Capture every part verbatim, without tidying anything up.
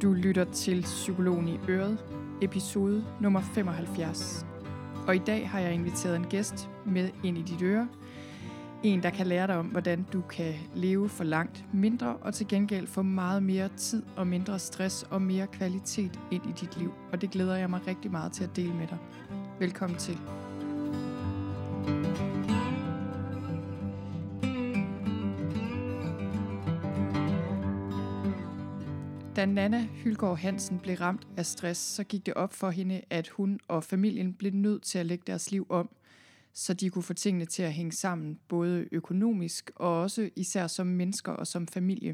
Du lytter til Psykologen i Øret, episode nummer femoghalvfjerds. Og i dag har jeg inviteret en gæst med ind i dit øre. En, der kan lære dig om, hvordan du kan leve for langt mindre, og til gengæld få meget mere tid og mindre stress og mere kvalitet ind i dit liv. Og det glæder jeg mig rigtig meget til at dele med dig. Velkommen til. Da Nanna Hylgaard Hansen blev ramt af stress, så gik det op for hende, at hun og familien blev nødt til at lægge deres liv om, så de kunne få tingene til at hænge sammen, både økonomisk og også især som mennesker og som familie.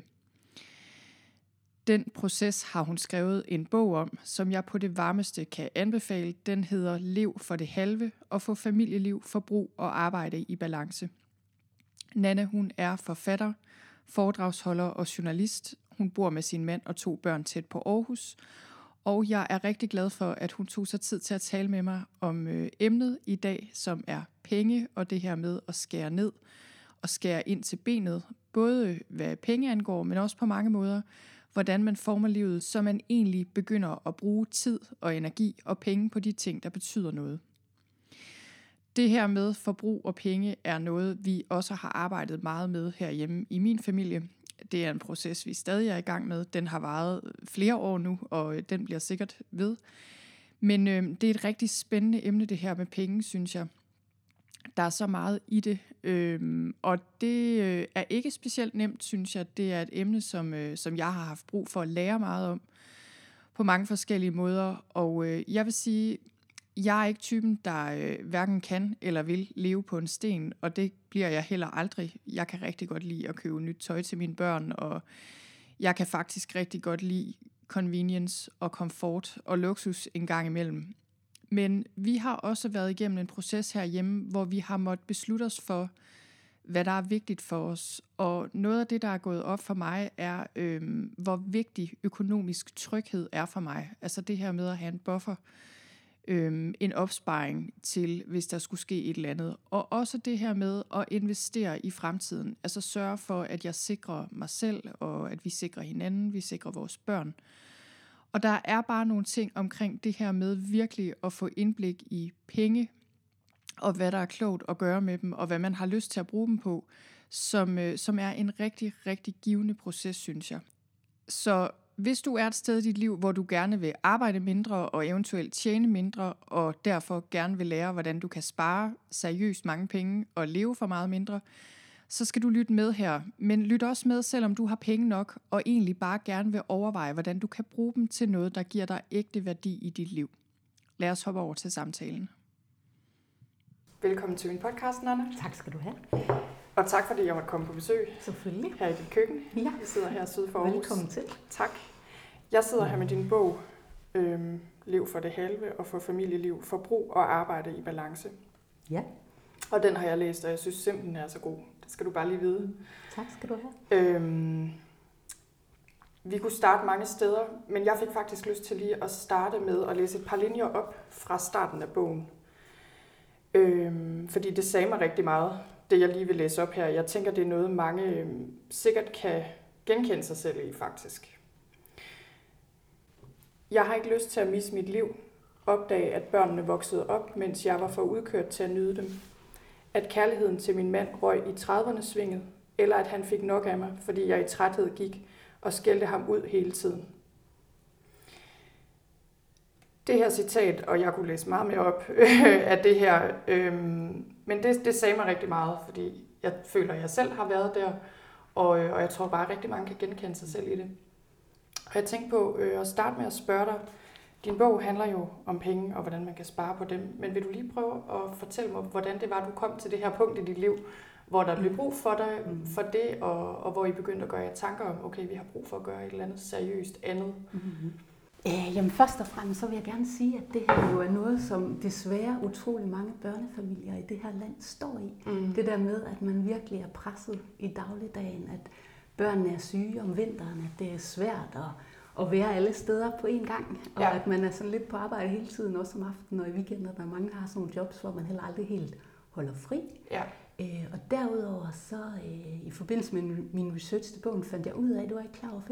Den proces har hun skrevet en bog om, som jeg på det varmeste kan anbefale. Den hedder Lev for det halve og få familieliv, forbrug og arbejde i balance. Nanna, hun er forfatter, foredragsholder og journalist. Hun bor med sin mand og to børn tæt på Aarhus, og jeg er rigtig glad for, at hun tog sig tid til at tale med mig om øh, emnet i dag, som er penge og det her med at skære ned og skære ind til benet, både hvad penge angår, men også på mange måder, hvordan man former livet, så man egentlig begynder at bruge tid og energi og penge på de ting, der betyder noget. Det her med forbrug og penge er noget, vi også har arbejdet meget med herhjemme i min familie. Det er en proces, vi stadig er i gang med. Den har varet flere år nu, og den bliver sikkert ved. Men øh, det er et rigtig spændende emne, det her med penge, synes jeg. Der er så meget i det, øh, og det øh, er ikke specielt nemt, synes jeg. Det er et emne, som, øh, som jeg har haft brug for at lære meget om på mange forskellige måder. Og øh, jeg vil sige, jeg er ikke typen, der øh, hverken kan eller vil leve på en sten, og det bliver jeg heller aldrig. Jeg kan rigtig godt lide at købe nyt tøj til mine børn, og jeg kan faktisk rigtig godt lide convenience og komfort og luksus en gang imellem. Men vi har også været igennem en proces herhjemme, hvor vi har måttet beslutte os for, hvad der er vigtigt for os. Og noget af det, der er gået op for mig, er, øh, hvor vigtig økonomisk tryghed er for mig. Altså det her med at have en buffer, Øhm, en opsparing til, hvis der skulle ske et eller andet. Og også det her med at investere i fremtiden. Altså sørge for, at jeg sikrer mig selv, og at vi sikrer hinanden, vi sikrer vores børn. Og der er bare nogle ting omkring det her med virkelig at få indblik i penge, og hvad der er klogt at gøre med dem, og hvad man har lyst til at bruge dem på, som, øh, som er en rigtig, rigtig givende proces, synes jeg. Så hvis du er et sted i dit liv, hvor du gerne vil arbejde mindre og eventuelt tjene mindre, og derfor gerne vil lære, hvordan du kan spare seriøst mange penge og leve for meget mindre, så skal du lytte med her. Men lyt også med, selvom du har penge nok, og egentlig bare gerne vil overveje, hvordan du kan bruge dem til noget, der giver dig ægte værdi i dit liv. Lad os hoppe over til samtalen. Velkommen til min podcast, Nanna. Tak skal du have. Og tak fordi jeg måtte komme på besøg. Selvfølgelig. Her i dit køkken. Ja. Jeg sidder her syd for Aarhus. Velkommen til. Tak. Jeg sidder her med din bog, øhm, Lev for det halve og få familieliv, forbrug og arbejde i balance. Ja. Og den har jeg læst, og jeg synes simpelthen er så god. Det skal du bare lige vide. Tak skal du have. Øhm, vi kunne starte mange steder, men jeg fik faktisk lyst til lige at starte med at læse et par linjer op fra starten af bogen. Øhm, fordi det sagde mig rigtig meget, det jeg lige vil læse op her. Jeg tænker, det er noget, mange øhm, sikkert kan genkende sig selv i, faktisk. Jeg har ikke lyst til at misse mit liv, opdage, at børnene voksede op, mens jeg var for udkørt til at nyde dem. At kærligheden til min mand røg i trediverne svinget, eller at han fik nok af mig, fordi jeg i træthed gik og skældte ham ud hele tiden. Det her citat, og jeg kunne læse meget mere op af det her, øhm, men det, det sagde mig rigtig meget, fordi jeg føler, at jeg selv har været der, og, og jeg tror bare, at rigtig mange kan genkende sig selv i det. Og jeg tænkte på øh, at starte med at spørge dig. Din bog handler jo om penge og hvordan man kan spare på dem. Men vil du lige prøve at fortælle mig, hvordan det var, du kom til det her punkt i dit liv, hvor der blev brug for dig, mm. for det, og, og hvor I begyndte at gøre jer tanker om, okay, vi har brug for at gøre et eller andet seriøst andet? Mm-hmm. Øh, jamen først og fremmest, så vil jeg gerne sige, at det her jo er noget, som desværre utrolig mange børnefamilier i det her land står i. Mm. Det der med, at man virkelig er presset i dagligdagen, at børnene er syge om vinteren, at det er svært at, at være alle steder på én gang, og ja. At man er sådan lidt på arbejde hele tiden, også om aftenen og i weekender, der mange har sådan nogle jobs, hvor man heller aldrig helt holder fri. Ja. Øh, og derudover så, øh, i forbindelse med min research til bogen, fandt jeg ud af, det var jeg ikke klar over før,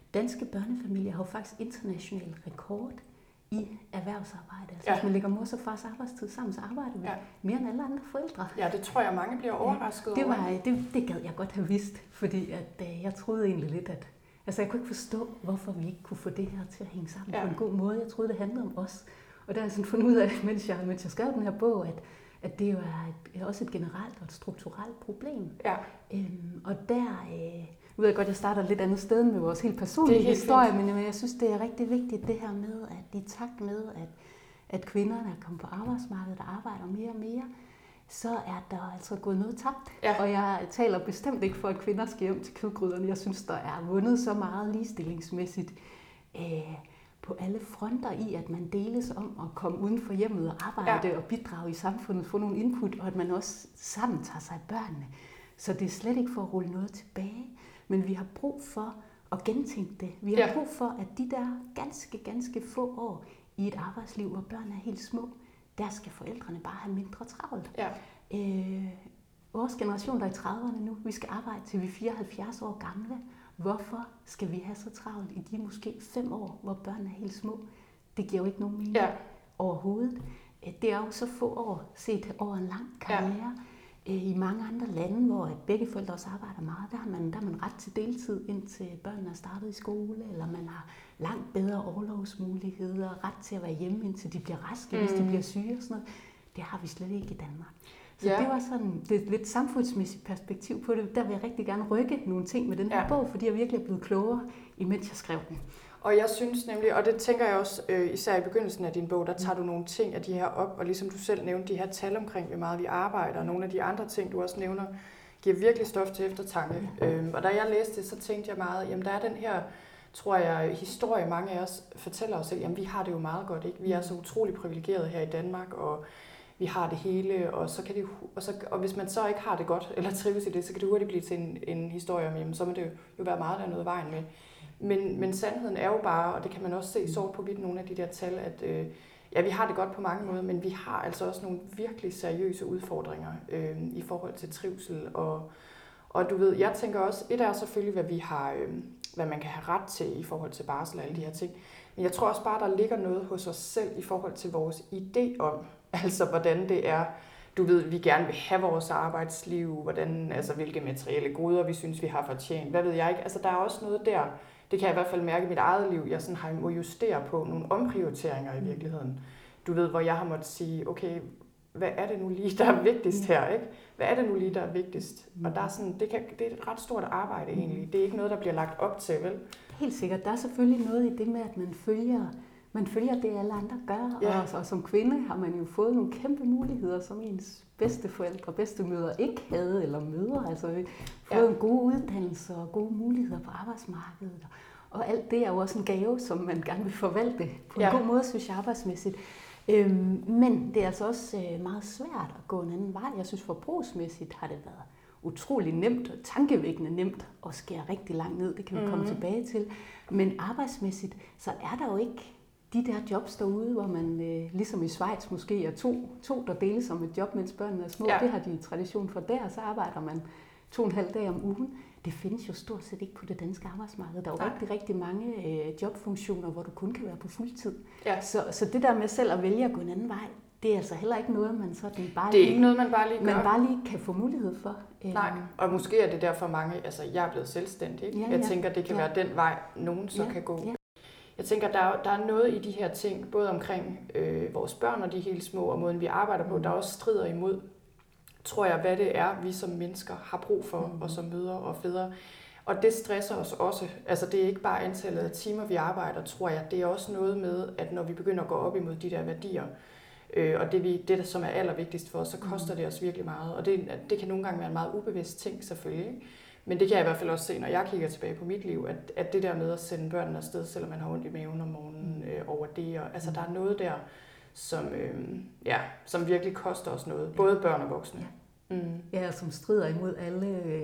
danske børnefamilier har jo faktisk international rekord i erhvervsarbejde. Altså Ja. hvis man lægger mors og fars arbejdstid sammen, så arbejder vi Ja. mere end alle andre forældre. Ja, det tror jeg, mange bliver overrasket Det, over. var, det, det gad jeg godt have vidst, fordi at, øh, jeg troede egentlig lidt, at altså jeg kunne ikke forstå, hvorfor vi ikke kunne få det her til at hænge sammen Ja. på en god måde. Jeg troede, det handlede om os. Og der har jeg sådan fundet ud af, mens jeg, mens jeg skrev den her bog, at, at det jo er et, også et generelt og et strukturelt problem. Ja. Øhm, og der, øh, nu ved jeg godt, jeg starter et lidt andet sted med vores helt personlige Det er helt historie, fint. men, men jeg synes, det er rigtig vigtigt det her med, at i takt med, at, at kvinderne er kommet på arbejdsmarkedet og arbejder mere og mere, så er der altså gået noget tabt. Ja. Og jeg taler bestemt ikke for, at kvinder skal hjem til kødgryderne. Jeg synes, der er vundet så meget ligestillingsmæssigt øh, på alle fronter i, at man deles om at komme uden for hjemmet og arbejde Ja. og bidrage i samfundet, få nogle input, og at man også sammen tager sig af børnene. Så det er slet ikke for at rulle noget tilbage, men vi har brug for at gentænke det. Vi har Ja. brug for, at de der ganske, ganske få år i et arbejdsliv, hvor børn er helt små, der skal forældrene bare have mindre travlt. Ja. Øh, vores generation, der er i trediverne nu, vi skal arbejde til vi er fireoghalvfjerds år gamle. Hvorfor skal vi have så travlt i de måske fem år, hvor børn er helt små? Det giver jo ikke nogen mening Ja. overhovedet. Øh, Det er jo så få år set over en lang karriere. Ja. I mange andre lande, hvor begge forældre også arbejder meget, der har man, der har man ret til deltid, indtil børnene er startet i skole, eller man har langt bedre orlovsmuligheder, ret til at være hjemme, indtil de bliver raske, mm. hvis de bliver syge og sådan noget. Det har vi slet ikke i Danmark. Så Ja. det var sådan det er et lidt samfundsmæssigt perspektiv på det. Der vil jeg rigtig gerne rykke nogle ting med den her Ja. bog, fordi jeg virkelig er blevet klogere, imens jeg skrev den. Og jeg synes nemlig, og det tænker jeg også, øh, især i begyndelsen af din bog, der tager du nogle ting af de her op, og ligesom du selv nævnte, de her tal omkring, hvor meget vi arbejder, og nogle af de andre ting, du også nævner, giver virkelig stof til eftertanke. Ja. Øhm, og da jeg læste det, så tænkte jeg meget, jamen der er den her, tror jeg, historie, mange af os fortæller os selv, jamen vi har det jo meget godt, ikke? Vi er så utrolig privilegerede her i Danmark, og vi har det hele, og, så kan det, og, så, og hvis man så ikke har det godt, eller trives i det, så kan det hurtigt blive til en, en historie om, jamen så må det jo være meget, der er noget vejen med. Men, men sandheden er jo bare, og det kan man også se sort på hvidt nogle af de der tal, at øh, ja, vi har det godt på mange måder, men vi har altså også nogle virkelig seriøse udfordringer øh, i forhold til trivsel. Og, og du ved, jeg tænker også, et er selvfølgelig, hvad vi har, øh, hvad man kan have ret til i forhold til barsel og alle de her ting. Men jeg tror også bare, der ligger noget hos os selv i forhold til vores idé om, altså hvordan det er, du ved, vi gerne vil have vores arbejdsliv, hvordan, altså hvilke materielle goder vi synes, vi har fortjent, hvad ved jeg ikke. Altså der er også noget der, det kan jeg i hvert fald mærke i mit eget liv, jeg sådan har må justere på nogle omprioriteringer i virkeligheden. Du ved, hvor jeg har måttet sige, okay, hvad er det nu lige, der er vigtigst her, ikke? Hvad er det nu lige, der er vigtigst? Og der er sådan, det, kan, det er et ret stort arbejde egentlig. Det er ikke noget, der bliver lagt op til, vel? Helt sikkert. Der er selvfølgelig noget i det med, at man følger, man følger det, alle andre gør. Ja. Og, og som kvinde har man jo fået nogle kæmpe muligheder, som ens bedsteforældre, bedstemødre ikke havde, eller mødre. Altså fået Ja. en god uddannelse og gode muligheder på arbejdsmarkedet. Og alt det er jo også en gave, som man gerne vil forvalte på en Ja. god måde, synes jeg, arbejdsmæssigt. Øhm, men det er altså også øh, meget svært at gå en anden vej. Jeg synes, forbrugsmæssigt har det været utrolig nemt og tankevækkende nemt at skære rigtig langt ned. Det kan vi mm-hmm. komme tilbage til. Men arbejdsmæssigt, så er der jo ikke de der jobs derude, hvor man, øh, ligesom i Schweiz måske, er to, to der deles om et job, mens børnene er små. Ja. Det har de tradition for der, så arbejder man to og en halv dag om ugen. Det findes jo stort set ikke på det danske arbejdsmarked. Der er jo Nej. rigtig, rigtig mange øh, jobfunktioner, hvor du kun kan være på fuldtid. Ja. Så, så det der med selv at vælge at gå en anden vej, det er altså heller ikke noget, man sådan bare Det er lige, ikke noget, man bare lige gør. man bare lige kan få mulighed for. Nej, og måske er det derfor mange, altså jeg er blevet selvstændig, ikke? Ja, Jeg ja. tænker, det kan Ja. være den vej, nogen så Ja, kan gå. ja. Jeg tænker, der er, der er noget i de her ting, både omkring øh, vores børn og de helt små, og måden vi arbejder på, der også strider imod, tror jeg, hvad det er, vi som mennesker har brug for, mm. og som mødre og fædre. Og det stresser os også. Altså det er ikke bare antallet af timer, vi arbejder, tror jeg. Det er også noget med, at når vi begynder at gå op imod de der værdier, øh, og det, vi, det, der som er allervigtigst for os, så koster det os virkelig meget. Og det, det kan nogle gange være en meget ubevidst ting, selvfølgelig. Ikke? Men det kan jeg i hvert fald også se, når jeg kigger tilbage på mit liv, at, at det der med at sende børnene afsted, selvom man har ondt i maven om morgenen øh, over det. Og, altså der er noget der, som, øh, ja, som virkelig koster os noget. Både børn og voksne. Ja. Mm. Ja, som strider imod alle øh,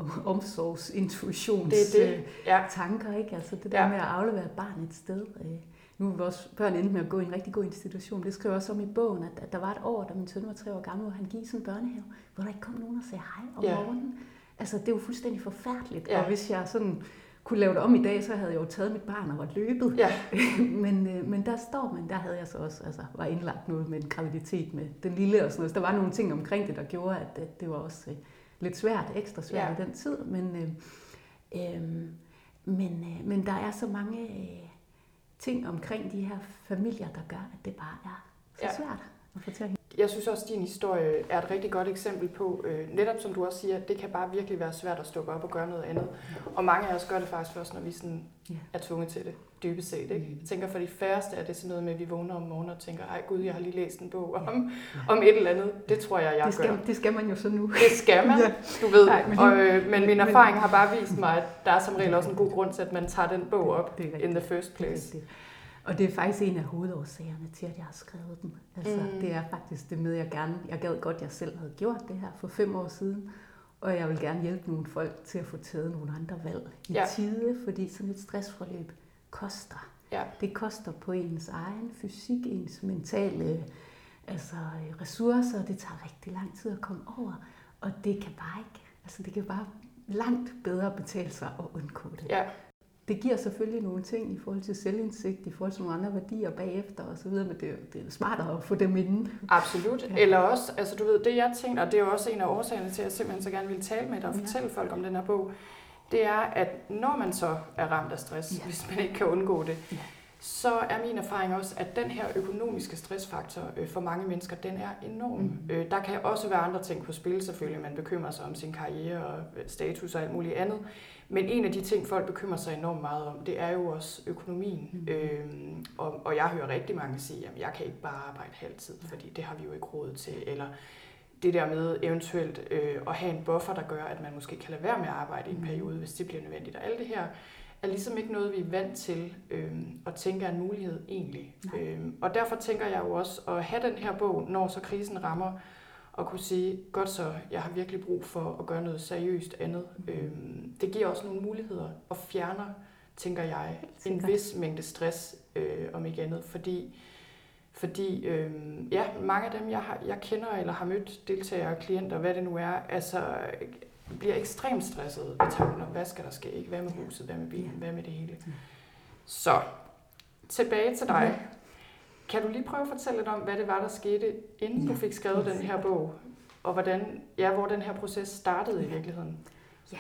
omsorgsintuitions Det er det. Ja. øh, tanker, ikke? Altså det der Ja. med at aflevere et barn et sted. Øh. Nu er vores børn endte med at gå i en rigtig god institution. Det skriver også om i bogen, at, at der var et år, da min søn var tre år gammel, hvor han gik i sådan en børnehave, hvor der ikke kom nogen og sagde hej om Ja. morgenen. Altså det er jo fuldstændig forfærdeligt. Ja. Og hvis jeg sådan kunne lave det om i dag, så havde jeg jo taget mit barn og var løbet. Ja. men, øh, men der står man, der havde jeg så også, altså var indlagt noget med en graviditet med den lille og sådan noget. Så der var nogle ting omkring det, der gjorde, at, at det var også øh, lidt svært, ekstra svært ja. i den tid. Men, øh, øh, men, øh, men der er så mange øh, ting omkring de her familier, der gør, at det bare er så ja. svært at fortælle. Jeg synes også, at din historie er et rigtig godt eksempel på, øh, netop som du også siger, at det kan bare virkelig være svært at stoppe op og gøre noget andet. Og mange af os gør det faktisk først, når vi sådan er tvunget til det, dybest set. Ikke? Jeg tænker, for de færreste er det sådan noget med, at vi vågner om morgenen og tænker, ej gud, jeg har lige læst en bog om, om et eller andet. Det tror jeg, jeg det skal, gør. Det skal man jo så nu. Det skal man, du ved. Nej, men, og, øh, men min erfaring har bare vist mig, at der er som regel også en god grund til, at man tager den bog op in the first place. Og det er faktisk en af hovedårsagerne til, at jeg har skrevet den. Altså, mm. det er faktisk det med, jeg gerne... Jeg gad godt, at jeg selv havde gjort det her for fem år siden. Og jeg vil gerne hjælpe nogle folk til at få taget nogle andre valg i ja. tide, fordi sådan et stressforløb koster. Ja. Det koster på ens egen fysik, ens mentale altså, ressourcer. Det tager rigtig lang tid at komme over. Og det kan bare ikke... Altså, det kan bare langt bedre betale sig at undgå det. Ja. Det giver selvfølgelig nogle ting i forhold til selvindsigt, i forhold til nogle andre værdier bagefter og så videre, men det er, det er smartere at få dem inden. Absolut. Ja. Eller også, altså du ved, det jeg tænker, og det er jo også en af årsagerne til, at jeg simpelthen så gerne vil tale med dig og fortælle ja. folk om den her bog, det er, at når man så er ramt af stress, ja. hvis man ikke kan undgå det, ja. så er min erfaring også, at den her økonomiske stressfaktor øh, for mange mennesker, den er enorm. Mm. Øh, der kan også være andre ting på spil, selvfølgelig. Man bekymrer sig om sin karriere og status og alt muligt andet. Men en af de ting, folk bekymrer sig enormt meget om, det er jo også økonomien. Mm. Øhm, og, og jeg hører rigtig mange sige, at jeg kan ikke bare arbejde halvtid, fordi det har vi jo ikke råd til. Eller det der med eventuelt øh, at have en buffer, der gør, at man måske kan lade være med at arbejde i en periode, hvis det bliver nødvendigt. Og alt det her er ligesom ikke noget, vi er vant til øhm, at tænke er en mulighed egentlig. Øhm, og derfor tænker jeg jo også at have den her bog, når så krisen rammer, og kunne sige, godt så, jeg har virkelig brug for at gøre noget seriøst andet. Øhm, det giver også nogle muligheder og fjerner, tænker jeg, en vis mængde stress, øh, om ikke andet. Fordi, fordi øh, ja, mange af dem, jeg, har, jeg kender eller har mødt, deltagere, klienter, hvad det nu er, altså bliver ekstremt stresset ved tanken om, hvad skal der ske, ikke? Hvad med huset, hvad med bilen, hvad med det hele. Så, tilbage til dig. Kan du lige prøve at fortælle lidt om, hvad det var, der skete, inden ja, du fik skrevet den her bog, og hvordan, ja, hvor den her proces startede ja. i virkeligheden? Ja,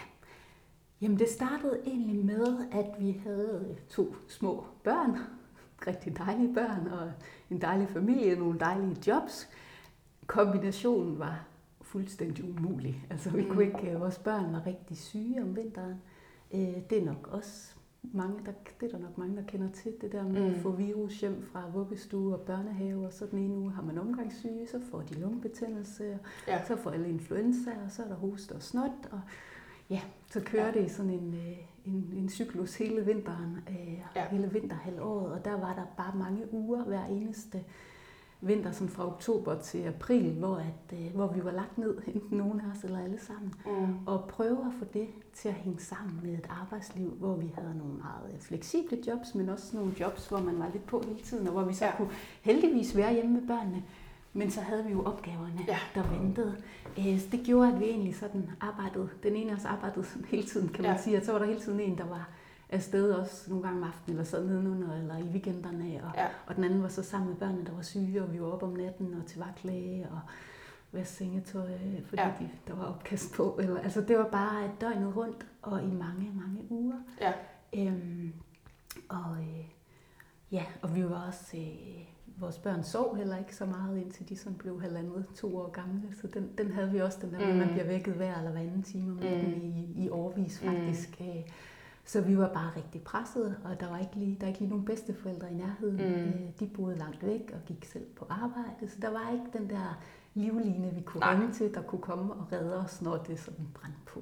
jamen det startede egentlig med, at vi havde to små børn, rigtig dejlige børn, og en dejlig familie, nogle dejlige jobs. Kombinationen var fuldstændig umulig. Altså vi mm. kunne ikke, vores børn var rigtig syge om vinteren. Det er nok også mange, der, det er der nok mange, der kender til, det der med mm. at få virus hjem fra vuggestue og børnehave, og så den ene uge har man omgangssyge, så får de lungebetændelse, ja. så får alle influenza, og så er der host og snot, og ja, så kører ja. det i sådan en, en, en cyklus hele vinteren, ja. hele vinterhalvåret, og der var der bare mange uger hver eneste vinter, sådan fra oktober til april, hvor, at, øh, hvor vi var lagt ned, enten nogen af os eller alle sammen, mm. og prøve at få det til at hænge sammen med et arbejdsliv, hvor vi havde nogle meget fleksible jobs, men også nogle jobs, hvor man var lidt på hele tiden, og hvor vi så ja. kunne heldigvis være hjemme med børnene, men så havde vi jo opgaverne, ja. der ventede. Øh, så det gjorde, at vi egentlig sådan arbejdede, den ene af os arbejdede sådan hele tiden, kan man ja. sige, og så var der hele tiden en, der var afsted også nogle gange om aftenen, eller sad nedenunder, eller i weekenderne, og, ja. og den anden var så sammen med børnene, der var syge, og vi var oppe om natten, og til vagtlæge, og vaske sengetøj, fordi ja. de, der var opkast på. Eller, altså det var bare døgnet rundt, og i mange, mange uger. Ja. Øhm, og, øh, ja, og vi var også, øh, vores børn sov heller ikke så meget, indtil de sådan blev halvandet, to år gamle, så den, den havde vi også, den der, mm. man bliver vækket hver eller hver anden time om natten mm. i, i årevis faktisk. Mm. Så vi var bare rigtig presset, og der var ikke lige, der var ikke lige nogen bedsteforældre i nærheden. Mm. De boede langt væk og gik selv på arbejde, så der var ikke den der livline, vi kunne ringe til, der kunne komme og redde os, når det sådan brændte på.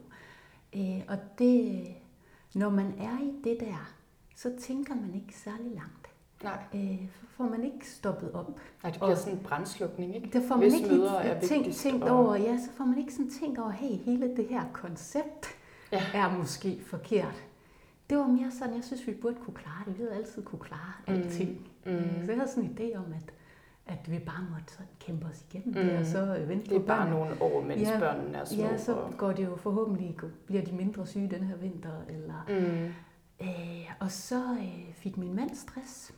Og det, når man er i det der, så tænker man ikke særlig langt. Nej. Så får man ikke stoppet op. Nej, det bliver og sådan en brandslukning, ikke? Der får man Hvis ikke lige tænkt, tænkt og... over, ja, så får man ikke sådan tænkt over, hey, hele det her koncept ja. er måske forkert. Det var mere sådan, jeg synes, vi burde kunne klare det. Vi havde altid kunne klare alting. Mm. Mm. Så jeg havde sådan en idé om, at, at vi bare måtte sådan kæmpe os igennem mm. det, og så vente på Det er bare nogle år, mens ja, børnene er små. Ja, så går det jo forhåbentlig, bliver de mindre syge den her vinter, eller... Mm. Øh, og så øh, fik min mand stress,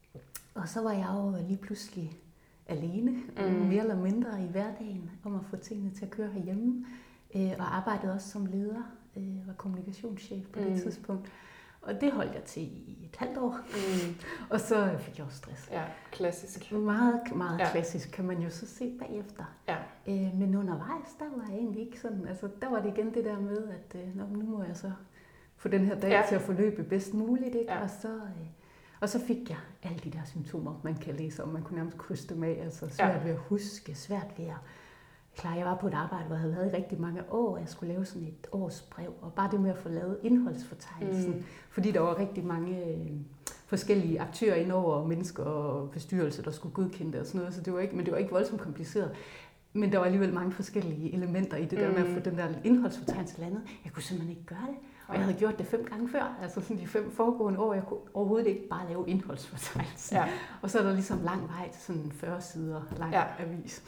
og så var jeg jo lige pludselig alene, mm. mere eller mindre i hverdagen, om at få tingene til at køre herhjemme, øh, og arbejdede også som leder, øh, var kommunikationschef på det mm. tidspunkt. Og det holdt jeg til i et halvt år, mm. og så fik jeg også stress. Ja, klassisk. Meget, meget ja. klassisk, kan man jo så se bagefter. Ja. Øh, men undervejs, der var jeg egentlig ikke sådan, altså der var det igen det der med, at øh, nå, nu må jeg så få den her dag ja. til at forløbe bedst muligt, ikke? Ja. Og, så, øh, og så fik jeg alle de der symptomer, man kan læse om, man kunne nærmest krydse dem af, altså svært ja. ved at huske, svært ved at klar, jeg var på et arbejde, hvor jeg havde været i rigtig mange år, og jeg skulle lave sådan et årsbrev, og bare det med at få lavet indholdsfortegnelsen, mm. fordi der var rigtig mange øh, forskellige aktører indover, mennesker og bestyrelser, der skulle godkende det og sådan noget, så det var ikke, men det var ikke voldsomt kompliceret. Men der var alligevel mange forskellige elementer i det der mm. med at få den der indholdsfortegnelse landet. Jeg kunne simpelthen ikke gøre det, og jeg havde gjort det fem gange før, altså sådan de fem foregående år, jeg kunne overhovedet ikke bare lave indholdsfortegnelsen. Ja. Og så er der ligesom lang vej til sådan en fyrre sider lang ja. avis.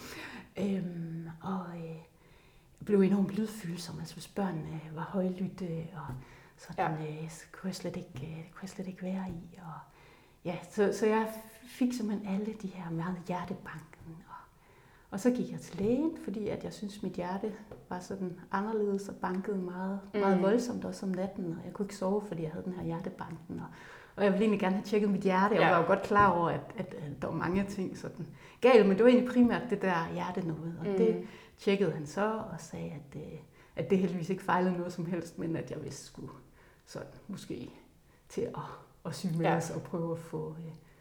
Øhm, og øh, jeg blev enormt lydfølsom, altså hvis børnene var højlytte, og sådan, ja. øh, så kunne jeg slet ikke, øh, kunne jeg slet ikke være i. Og, ja, så, så jeg fik simpelthen alle de her meget hjertebanken. Og, og så gik jeg til lægen, fordi at jeg synes mit hjerte var sådan anderledes og bankede meget, mm. meget voldsomt også om natten, og jeg kunne ikke sove, fordi jeg havde den her hjertebanken. Og, Og jeg ville egentlig gerne have tjekket mit hjerte. Jeg ja. var jo godt klar over, at, at, at der var mange ting sådan galt, men det var egentlig primært det der hjerte noget. Og mm. det tjekkede han så og sagde, at, at det heldigvis ikke fejlede noget som helst, men at jeg vist skulle sådan måske til at, at sygemeldes ja. og prøve at få,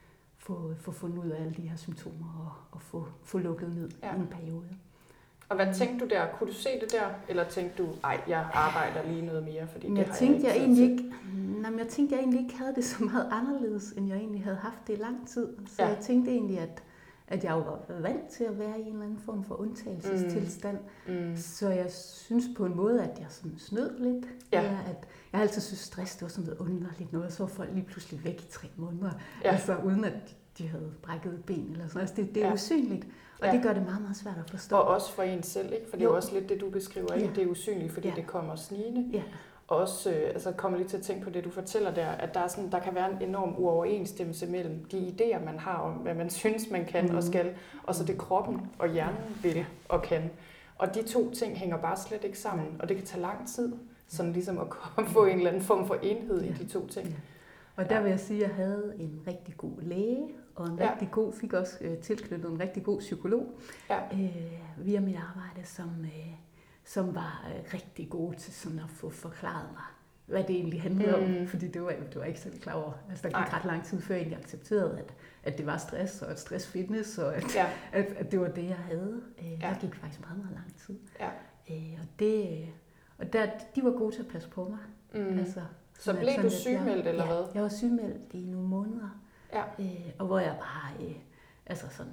få, få fundet ud af alle de her symptomer og, og få, få lukket ned ja. i en periode. Og hvad tænkte du der? Kunne du se det der? Eller tænkte du, ej, jeg arbejder lige noget mere, fordi det jeg har tænkte, jeg ikke jeg egentlig ikke, nej, jeg tænkte, jeg egentlig ikke havde det så meget anderledes, end jeg egentlig havde haft det i lang tid. Så ja. jeg tænkte egentlig, at, at jeg jo var vant til at være i en eller anden form for undtagelsestilstand. Mm. Mm. Så jeg synes på en måde, at jeg sådan snød lidt. Ja. Eller at jeg altid synes, stress det var sådan noget underligt noget. Så var folk lige pludselig væk i tre måneder. Ja. Altså uden at de havde brækket ben eller sådan noget. Altså, det, det er ja. usynligt. Og ja. det gør det meget, meget svært at forstå. Og også for en selv, ikke? For det er jo også lidt det, du beskriver, ikke? Ja. Det er usynligt, fordi ja. det kommer snigende. Ja. Og også, øh, altså kommer lige til at tænke på det, du fortæller der, at der, er sådan, der kan være en enorm uoverensstemmelse mellem de idéer, man har om, hvad man synes, man kan mm. og skal, og så det kroppen og hjernen vil og kan. Og de to ting hænger bare slet ikke sammen, og det kan tage lang tid, sådan ligesom at komme, få en eller anden form for enhed ja. i de to ting. Ja. Og der vil jeg sige, at jeg havde en rigtig god læge, og en ja. rigtig god, fik også øh, tilknyttet en rigtig god psykolog ja. øh, via mit arbejde, som, øh, som var øh, rigtig god til sådan at få forklaret mig, hvad det egentlig handlede mm. om, fordi det var, det var ikke selv klar over. Altså der gik ret lang tid før jeg egentlig accepterede, at, at det var stress, og at stress fitness, og at, ja. at, at det var det, jeg havde. Øh, ja. Der gik faktisk meget, meget lang tid. Ja. Øh, og det, og der, de var gode til at passe på mig. Mm. Altså, så blev sådan, du sygemeldt, eller ja, hvad? Jeg var sygemeldt i nogle måneder. Ja. Øh, og hvor jeg bare øh, altså sådan,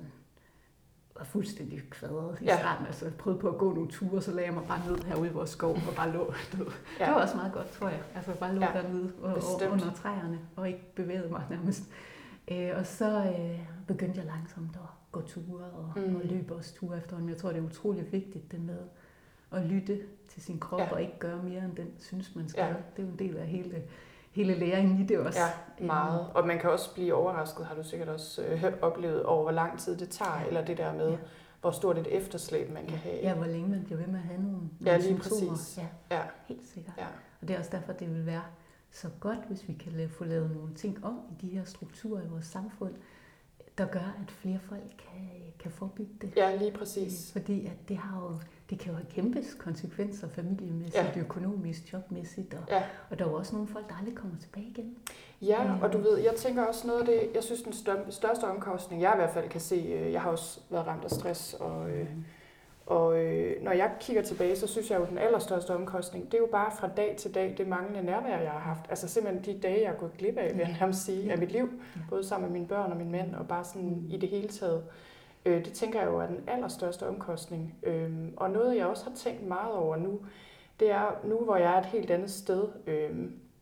var fuldstændig kvadret i ja. starten. Altså jeg prøvede på at gå nogle ture, så lagde jeg mig bare ned herude i vores skov og bare lå. Ja. Det var også meget godt, tror jeg. Altså bare lå ja. dernede og, og under træerne og ikke bevægede mig nærmest. Øh, og så øh, begyndte jeg langsomt at gå ture og, mm. og løbe også ture efterhånden. Jeg tror, det er utrolig vigtigt det med at lytte til sin krop ja. og ikke gøre mere end den synes, man skal. Ja. Det er jo en del af hele hele læringen i det også. Ja, meget. Og man kan også blive overrasket, har du sikkert også øh, oplevet, over hvor lang tid det tager, ja. eller det der med, ja. hvor stort et efterslæb man kan have. Ja, hvor længe man bliver ved med at have nogle, ja, nogle lige symptomer. Præcis. Ja, ja, helt sikkert. Ja. Og det er også derfor, det vil være så godt, hvis vi kan få lavet nogle ting om i de her strukturer i vores samfund, der gør, at flere folk kan, kan forebygge det. Ja, lige præcis. Fordi at det har jo, det kan jo have kæmpe konsekvenser familiemæssigt, ja. økonomisk, jobmæssigt, og, ja. og der er jo også nogle folk, der aldrig kommer tilbage igen. Ja, øh, og du ved, jeg tænker også noget af det, jeg synes den største omkostning, jeg i hvert fald kan se, jeg har også været ramt af stress, og, øh, og øh, når jeg kigger tilbage, så synes jeg jo, den allerstørste omkostning, det er jo bare fra dag til dag, det manglende nærvær, jeg har haft. Altså simpelthen de dage, jeg er gået glip af, vil jeg nærmest sige, ja. af mit liv, ja. både sammen med mine børn og min mand, og bare sådan i det hele taget. Øh, det tænker jeg jo er den allerstørste omkostning. Øh, og noget, jeg også har tænkt meget over nu, det er nu, hvor jeg er et helt andet sted, øh,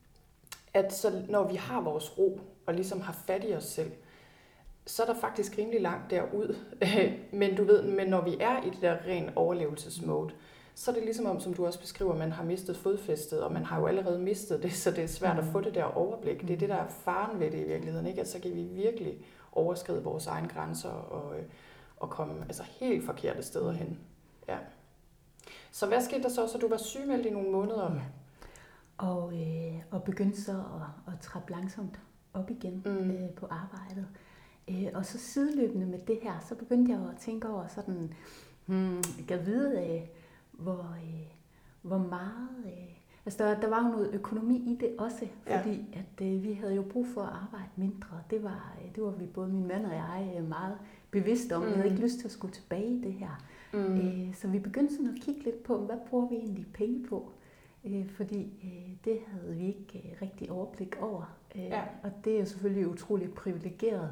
at så, når vi har vores ro, og ligesom har fat i os selv, så er der faktisk rimelig langt derud. Men du ved, men når vi er i det der ren overlevelsesmode, så er det ligesom om, som du også beskriver, man har mistet fodfæstet, og man har jo allerede mistet det, så det er svært mm. at få det der overblik. Det er det, der er faren ved det i virkeligheden, ikke? At så kan vi virkelig overskride vores egne grænser og, og komme altså, helt forkerte steder hen. Ja. Så hvad skete der så, så du var sygemeldt i nogle måneder? Ja. Og, øh, og begyndte så at, at trappe langsomt op igen mm. øh, på arbejdet. Øh, og så sideløbende med det her, så begyndte jeg at tænke over sådan, hmm, jeg ved, øh, hvor, øh, hvor meget... Øh, altså der, der var jo noget økonomi i det også, fordi ja. at øh, vi havde jo brug for at arbejde mindre. Det var, øh, det var vi både min mand og jeg øh, meget bevidste om. Mm. Jeg havde ikke lyst til at skulle tilbage i det her. Mm. Øh, så vi begyndte sådan at kigge lidt på, hvad bruger vi egentlig penge på? Øh, fordi øh, det havde vi ikke øh, rigtig overblik over. Øh, ja. Og det er jo selvfølgelig utroligt privilegeret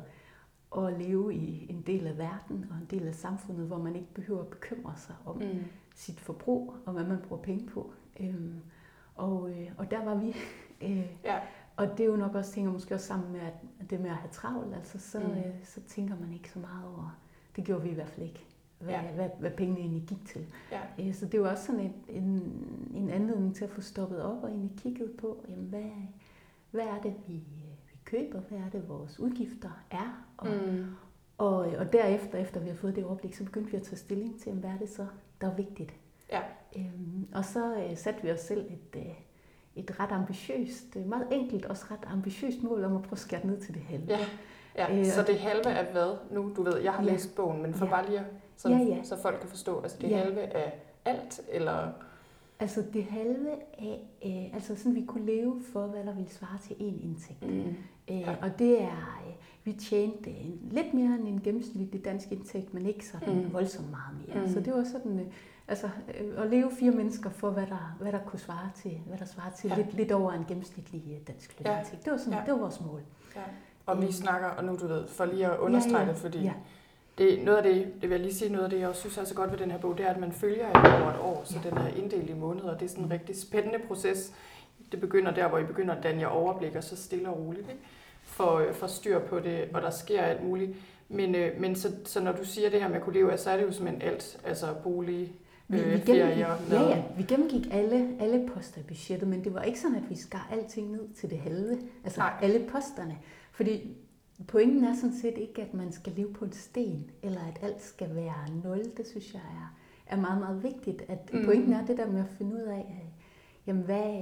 at leve i en del af verden og en del af samfundet, hvor man ikke behøver at bekymre sig om mm. sit forbrug og hvad man bruger penge på. Øhm, og, øh, og der var vi. øh, ja. Og det er jo nok også, tænker måske også sammen med at det med at have travlt, altså så, mm. øh, så tænker man ikke så meget over, det gjorde vi i hvert fald ikke, hvad, ja. hvad, hvad pengene egentlig gik til. Ja. Øh, så det var også sådan en, en, en anledning til at få stoppet op og egentlig kigget på, jamen hvad, hvad er det, vi køber, hvad er det, vores udgifter er, og, mm. og, og derefter, efter vi har fået det overblik, så begyndte vi at tage stilling til, hvad er det så, der er vigtigt. Ja. Øhm, og så øh, satte vi os selv et, øh, et ret ambitiøst, meget enkelt, også ret ambitiøst mål om at prøve at skære ned til det halve. Ja. Ja. Øh, så det halve af hvad nu? Du ved, jeg har ja. læst bogen, men for ja. bare lige, så, ja, ja. så folk kan forstå, altså det ja. halve af alt, eller... Altså det halve af, øh, altså sådan vi kunne leve for, hvad der ville svare til én indtægt. Mm. Øh, ja. Og det er, øh, vi tjente en, lidt mere end en gennemsnitlig dansk indtægt, men ikke sådan mm. voldsomt meget mere. Mm. Så det var sådan, øh, altså øh, at leve fire mennesker for, hvad der, hvad der kunne svare til, hvad der svarer til ja. lidt, lidt over en gennemsnitlig dansk lønindtægt. Ja. Det var sådan, ja. det var vores mål. Ja. Og vi snakker, og nu du ved, for lige at understrege ja, ja. det, fordi... Ja. Det, noget af det, det vil jeg lige sige, noget af det, jeg også synes er så godt ved den her bog, det er, at man følger jer over et år, så ja. den er inddelt i måneder. Det er sådan en rigtig spændende proces. Det begynder der, hvor I begynder at danne jer overblik, og så stille og roligt, ikke? For, for styr på det, og der sker alt muligt. Men, men så, så når du siger det her med at kunne leve af, så er det jo simpelthen alt, altså bolig, vi, øh, vi ferier. Ja, ja, vi gennemgik alle, alle poster i budgettet, men det var ikke sådan, at vi skar alting ned til det halve, altså Nej. alle posterne. Fordi pointen er sådan set ikke, at man skal leve på en sten, eller at alt skal være nul. Det synes jeg er, er meget, meget vigtigt. At mm. Pointen er det der med at finde ud af, jamen hvad,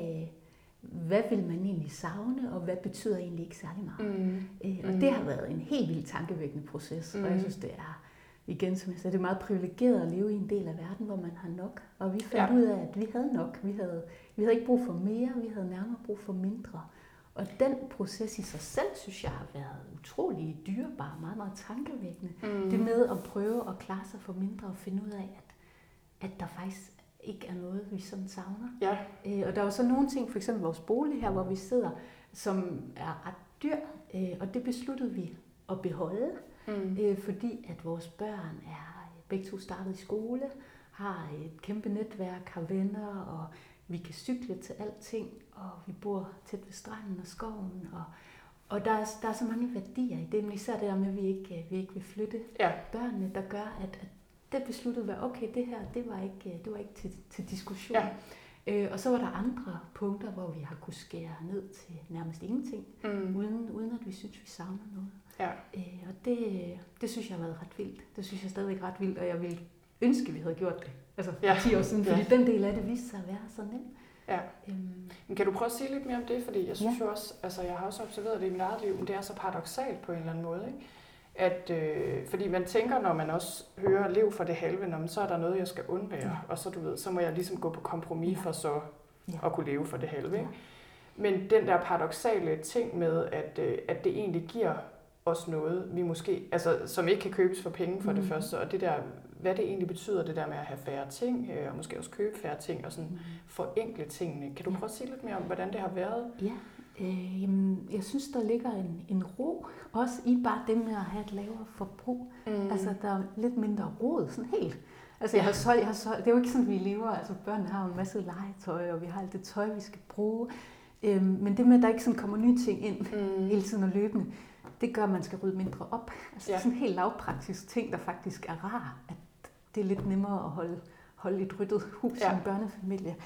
hvad vil man egentlig savne, og hvad betyder egentlig ikke særlig meget. Mm. Øh, og mm. det har været en helt vildt tankevækkende proces, mm. og jeg synes, det er, igen som jeg sagde, det er meget privilegeret at leve i en del af verden, hvor man har nok. Og vi fandt ja. ud af, at vi havde nok. Vi havde, vi havde ikke brug for mere, vi havde nærmere brug for mindre. Og den proces i sig selv, synes jeg, har været utrolig dyrebar, meget, meget tankevækkende. Mm. Det med at prøve at klare sig for mindre og finde ud af, at, at der faktisk ikke er noget, vi sådan savner. Ja. Øh, og der er jo så nogle ting, for eksempel vores bolig her, hvor vi sidder, som er ret dyr, øh, og det besluttede vi at beholde, mm. øh, fordi at vores børn er begge to startet i skole, har et kæmpe netværk, har venner, og vi kan cykle til alting, og vi bor tæt ved stranden og skoven, og, og der, er, der er så mange værdier i det, men især det der med, at vi ikke, vi ikke vil flytte ja. børnene, der gør, at, at det besluttede var, okay, det her, det var ikke, det var ikke til, til diskussion. Ja. Øh, og så var der andre punkter, hvor vi har kunne skære ned til nærmest ingenting, mm. uden, uden at vi synes, vi savner noget. Ja. Øh, og det, det synes jeg har været ret vildt. Det synes jeg stadigvæk ret vildt, og jeg ville ønske, vi havde gjort det. Altså for ja. ti år siden, fordi ja. den del af det viste sig at være så nem. Ja. Øhm. Men kan du prøve at sige lidt mere om det? Fordi jeg synes ja. jo også, altså jeg har også observeret det i mit eget liv, men det er så paradoksalt på en eller anden måde, ikke? At, øh, fordi man tænker, når man også hører lev for det halve, når man, så er der noget, jeg skal undvære, ja. og så, du ved, så må jeg ligesom gå på kompromis ja. for så ja. at kunne leve for det halve. Ikke? Ja. Men den der paradoksale ting med, at, øh, at det egentlig giver os noget, vi måske, altså, som ikke kan købes for penge for mm. det første, og det der, hvad det egentlig betyder, det der med at have færre ting, øh, og måske også købe færre ting, og sådan mm. forenkle tingene. Kan du prøve at sige lidt mere om, hvordan det har været? Ja. Øh, jamen, jeg synes, der ligger en, en ro, også i bare det med at have et lavere forbrug. Mm. Altså, der er lidt mindre rod, sådan helt. Altså, jeg har solgt, jeg har solgt, det er jo ikke sådan, vi lever. Altså, børnene har jo en masse legetøj, og vi har alt det tøj, vi skal bruge. Øh, men det med, at der ikke sådan kommer nye ting ind mm. hele tiden og løbende, det gør, at man skal rydde mindre op. Altså, ja. sådan en helt lavpraktisk ting, der faktisk er rar, at det er lidt nemmere at holde, holde et ryddet hus ja. som børnefamilie.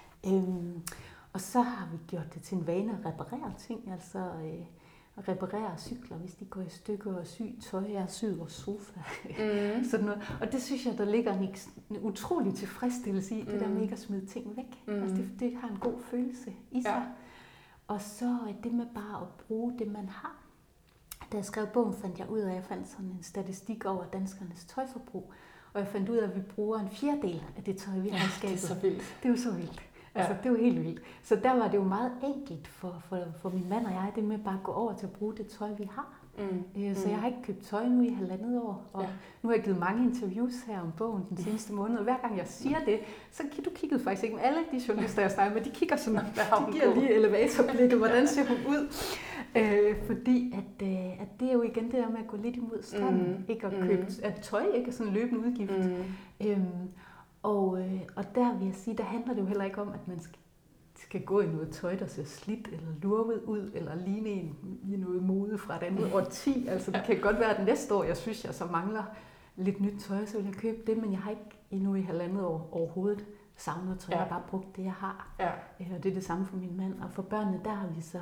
Øhm, og så har vi gjort det til en vane at reparere ting, altså øh, at reparere cykler, hvis de går i stykker, og sy tøj, jeg syr vores sofa, mm. sådan noget. Og det synes jeg, der ligger en, en utrolig tilfredsstillelse i, mm. det der med ikke at smide ting væk. Mm. Altså det, det har en god følelse i sig. Ja. Og så det med bare at bruge det, man har. Da jeg skrev bogen, fandt jeg ud af, at jeg fandt sådan en statistik over danskernes tøjforbrug. Og jeg fandt ud af, at vi bruger en fjerdedel af det tøj, vi har i skabet. Det er så vildt. Det er jo så vildt. Altså, ja. Det er jo helt vildt. Så der var det jo meget enkelt for, for, for min mand og jeg, det med bare at gå over til at bruge det tøj, vi har. Mm. Så jeg har ikke købt tøj nu i halvandet år, og ja. Nu har jeg givet mange interviews her om bogen den seneste måned, og hver gang jeg siger det, så du kiggede faktisk ikke med alle de journalister, jeg snakker med, de kigger sådan, de giver lige elevatorblikket, hvordan ser hun ud? Øh, fordi at, øh, at det er jo igen det der med at gå lidt imod strømmen, mm. ikke at købe mm. at tøj, ikke er sådan en løbende udgift. Mm. Øhm, og, øh, og der vil jeg sige, der handler det jo heller ikke om, at man skal skal gå i noget tøj, der ser slidt eller lurvet ud, eller ligne en i noget mode fra et andet årti. Altså det kan godt være, at næste år, jeg synes, jeg så mangler lidt nyt tøj, så vil jeg købe det, men jeg har ikke endnu i halvandet år overhovedet savnet tøj. Ja. Jeg har bare brugt det, jeg har. Ja. Og det er det samme for min mand. Og for børnene, der har vi så,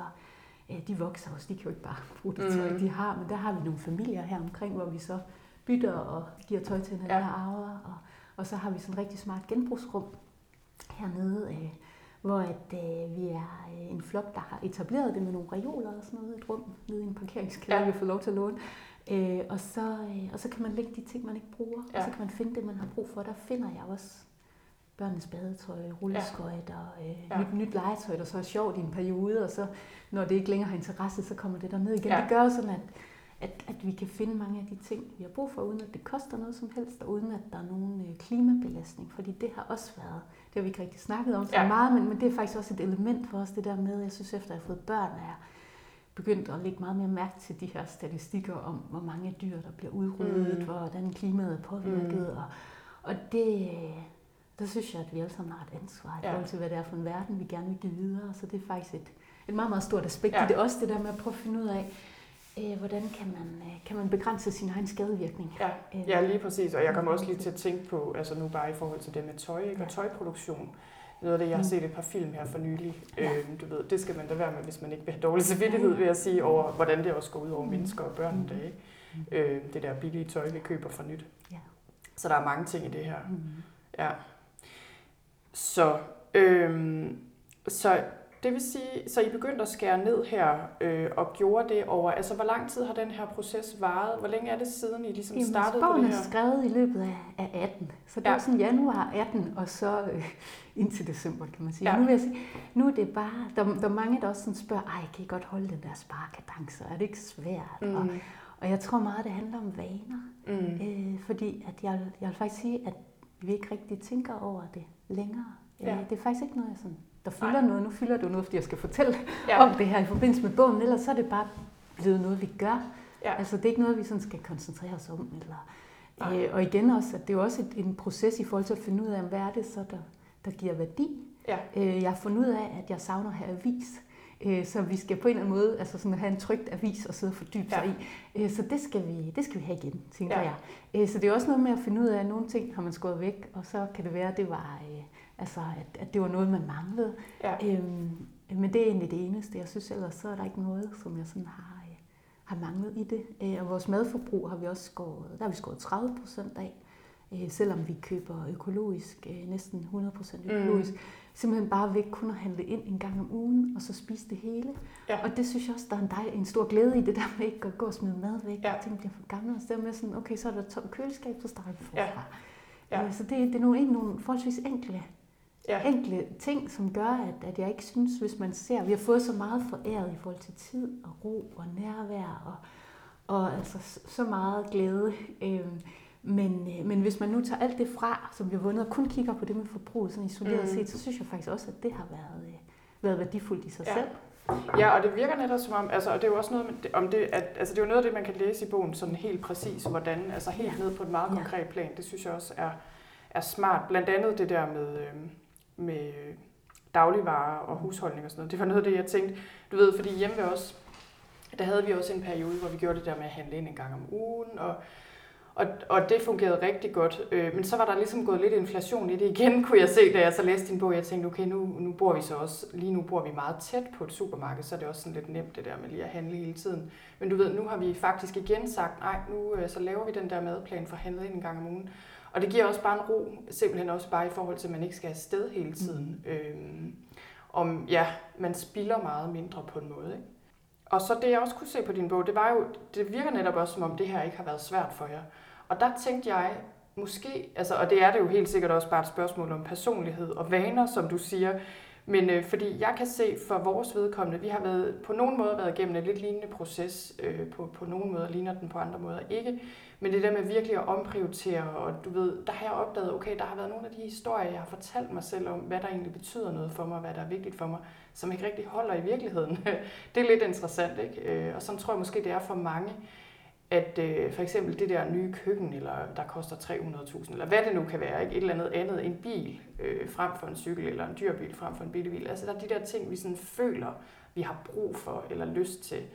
de vokser også, de kan jo ikke bare bruge det tøj, mm. de har, men der har vi nogle familier her omkring, hvor vi så bytter og giver tøj til hinanden ja. og arver. Og, og så har vi sådan et rigtig smart genbrugsrum hernede, øh, hvor at, øh, vi er øh, en flok, der har etableret det med nogle reoler og sådan noget, et rum nede i en parkeringskælder, ja. vi får lov til at låne. Øh, og, så, øh, og så kan man lægge de ting, man ikke bruger, ja. og så kan man finde det, man har brug for. Der finder jeg også børnenes badetøj, rulleskøjter, øh, ja. nyt, nyt legetøj, der så er sjovt i en periode, og så når det ikke længere har interesse, så kommer det der ned igen. Ja. Det gør sådan, at, at, at vi kan finde mange af de ting, vi har brug for, uden at det koster noget som helst, og uden at der er nogen øh, klimabelastning, fordi det har også været, det har vi ikke rigtig snakket om så ja. meget, men, men det er faktisk også et element for os, det der med, jeg synes efter at jeg har fået børn, er jeg begyndt at lægge meget mere mærke til de her statistikker om, hvor mange dyr, der bliver udryddet, mm. hvordan klimaet er påvirket, mm. og, og det, der synes jeg, at vi alle sammen har et ansvar i forhold til, hvad det er for en verden, vi gerne vil give videre, så det er faktisk et, et meget, meget stort aspekt ja. i det, også det der med at prøve at finde ud af, Øh, hvordan kan man, øh, kan man begrænse sin egen skadevirkning? Ja, øh, ja, lige præcis. Og jeg kommer også lige til at tænke på, altså nu bare i forhold til det med tøj, ikke? Og tøjproduktion. Noget af det, jeg har set et par film her for nylig. Ja. Øh, du ved, det skal man da være med, hvis man ikke vil have dårlig samvittighed, vil jeg sige, over hvordan det også går ud over mennesker og børn i dag. Øh, det der billige tøj, vi køber fra nyt. Ja. Så der er mange ting i det her. Mm. Ja. Så, øh, så det vil sige, så I begyndte at skære ned her øh, og gjorde det over, altså hvor lang tid har den her proces varet? Hvor længe er det siden I ligesom Jamen, startede på det her? Bogen er skrevet i løbet af, af atten, så det ja. var sådan januar atten og så øh, indtil december, kan man sige. Ja. Nu vil jeg sige, nu er det bare, der, der er mange, der også sådan spørger, ej, kan I godt holde den der sparekadence? Er det ikke svært? Mm. Og, og jeg tror meget, det handler om vaner, mm. øh, fordi at jeg, jeg vil faktisk sige, at vi ikke rigtig tænker over det længere. Ja. Øh, det er faktisk ikke noget, jeg sådan der fylder Nej. noget. Nu fylder det jo noget, fordi jeg skal fortælle ja. om det her i forbindelse med bogen, ellers så er det bare blevet noget, vi gør. Ja. Altså det er ikke noget, vi sådan skal koncentrere os om. Eller, øh, og igen også, at det er jo også et, en proces i forhold til at finde ud af, hvad er det så, der, der giver værdi. Ja. Øh, jeg har fundet ud af, at jeg savner at have avis. Øh, så vi skal på en eller anden måde altså sådan have en trykt avis og sidde og fordybe sig ja. i. Øh, så det skal, vi, det skal vi have igen, tænker ja. jeg. Øh, så det er også noget med at finde ud af, at nogle ting har man skåret væk, og så kan det være, at det var... Øh, Altså, at, at det var noget, man manglede. Ja. Øhm, men det er egentlig det eneste. Jeg synes ellers, så er der ikke noget, som jeg sådan har, øh, har manglet i det. Øh, og vores madforbrug har vi også skåret, der har vi skåret tredive procent af. Øh, selvom vi køber økologisk, øh, næsten hundrede procent økologisk. Mm. Simpelthen bare væk kun at handle ind en gang om ugen, og så spise det hele. Ja. Og det synes jeg også, der er en, dej, en stor glæde i det der med ikke at gå og smide mad væk. Ja. Og ting bliver for gamle. Og så med sådan, okay, så er der tom køleskab, så starter vi forfra. Ja. Ja. Øh, så det, det er nogle, nogle forholdsvis enkle Ja. enkle ting, som gør, at, at jeg ikke synes, hvis man ser, vi har fået så meget foræret i forhold til tid og ro og nærvær og, og altså så meget glæde. Øhm, men, men hvis man nu tager alt det fra, som vi har vundet, og kun kigger på det med forbruget sådan isoleret mm. set, så synes jeg faktisk også, at det har været, været værdifuldt i sig ja. selv. Ja, og det virker netop som om, altså, og det er jo også noget om det, at, altså det er jo noget af det, man kan læse i bogen, sådan helt præcis, hvordan, altså helt ja. ned på et meget konkret ja. plan, det synes jeg også er, er smart. Blandt andet det der med... Øhm, med dagligvarer og husholdning og sådan noget. Det var noget af det, jeg tænkte, du ved, fordi hjemme ved os, der havde vi også en periode, hvor vi gjorde det der med at handle ind en gang om ugen, og, Og, og det fungerede rigtig godt. Øh, men så var der ligesom gået lidt inflation i det igen, kunne jeg se, da jeg så læste din bog. Jeg tænkte, okay, nu, nu bor vi så også, lige nu bor vi meget tæt på et supermarked, så er det også sådan lidt nemt det der med lige at handle hele tiden. Men du ved, nu har vi faktisk igen sagt, nej, nu øh, så laver vi den der madplan for handlet ind en gang om ugen. Og det giver også bare en ro, simpelthen også bare i forhold til, at man ikke skal afsted hele tiden. Mm. Øhm, om, ja, man spilder meget mindre på en måde, ikke? Og så det, jeg også kunne se på din bog, det var jo, det virker netop også, som om det her ikke har været svært for jer. Og der tænkte jeg, måske, altså, og det er det jo helt sikkert også bare et spørgsmål om personlighed og vaner, som du siger, men øh, fordi jeg kan se for vores vedkommende, vi har været, på nogle måder været igennem en lidt lignende proces, øh, på, på nogle måder ligner den, på andre måder ikke, men det der med virkelig at omprioritere, og du ved, der har jeg opdaget, okay, der har været nogle af de historier, jeg har fortalt mig selv om, hvad der egentlig betyder noget for mig, hvad der er vigtigt for mig, som ikke rigtig holder i virkeligheden. Det er lidt interessant, ikke? Og sådan tror jeg måske, det er for mange, at øh, for eksempel det der nye køkken, eller der koster tre hundrede tusind, eller hvad det nu kan være, ikke? Et eller andet andet, en bil øh, frem for en cykel, eller en dyr bil frem for en billig bil. Altså der er de der ting, vi sådan føler, vi har brug for, eller lyst til,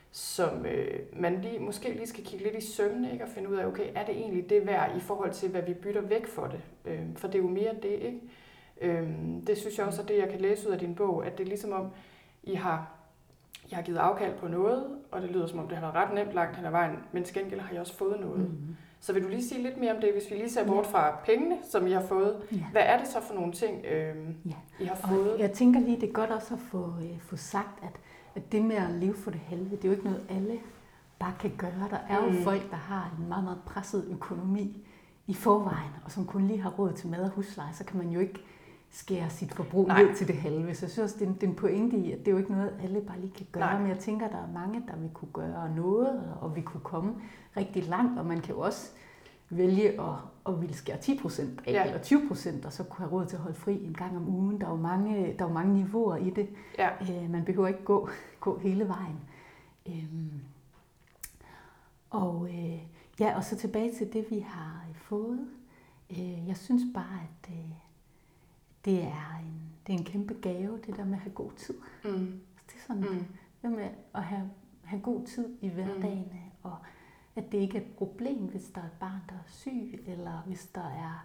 som øh, man lige, måske lige skal kigge lidt i sømne, ikke? Og finde ud af, okay, er det egentlig det værd i forhold til, hvad vi bytter væk for det? Øh, for det er jo mere det, ikke? Øh, det synes jeg også er det, jeg kan læse ud af din bog, at det er ligesom om, I har Jeg har givet afkald på noget, og det lyder som om, det har været ret nemt langt hen ad vejen, men til gengæld har jeg også fået noget. Mm-hmm. Så vil du lige sige lidt mere om det, hvis vi lige ser bort fra pengene, som I har fået. Ja. Hvad er det så for nogle ting, øh, ja. I har fået? Og jeg tænker lige, det er godt også at få, øh, få sagt, at, at det med at leve for det halve, det er jo ikke noget, alle bare kan gøre. Der er jo mm. folk, der har en meget, meget presset økonomi i forvejen, og som kun lige har råd til mad og husleje, så kan man jo ikke skære sit forbrug Nej. ned til det halve. Så jeg synes også, det er en pointe i, at det er jo ikke noget, alle bare lige kan gøre. Nej. Men jeg tænker, at der er mange, der vil kunne gøre noget, og vi kunne komme rigtig langt. Og man kan jo også vælge at, at ville skære ti procent af, ja. eller tyve procent, og så kunne have råd til at holde fri en gang om ugen. Der er jo mange, der er jo mange niveauer i det. Ja. Øh, man behøver ikke gå, gå hele vejen. Øhm, og, øh, ja, og så tilbage til det, vi har fået. Øh, jeg synes bare, at øh, Det er, en, det er en kæmpe gave, det der med at have god tid. Mm. Det er sådan, mm. det med at have, have god tid i hverdagen, mm. og at det ikke er et problem, hvis der er et barn, der er syg, eller hvis der er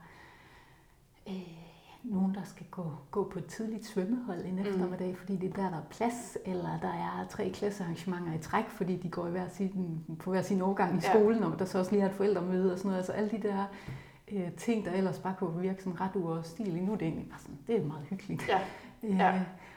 øh, nogen, der skal gå, gå på et tidligt svømmehold en eftermiddag, mm. fordi det er der, der er plads, eller der er tre klassearrangementer i træk, fordi de går i hver sin, på hver sin årgang i skolen, ja. og der så også lige er et forældremøde og sådan noget. Altså alle de der ting, der ellers bare kunne virke sådan ret uoverstigelig. Nu er det egentlig bare sådan, det er meget hyggeligt. Ja. Ja. Øh,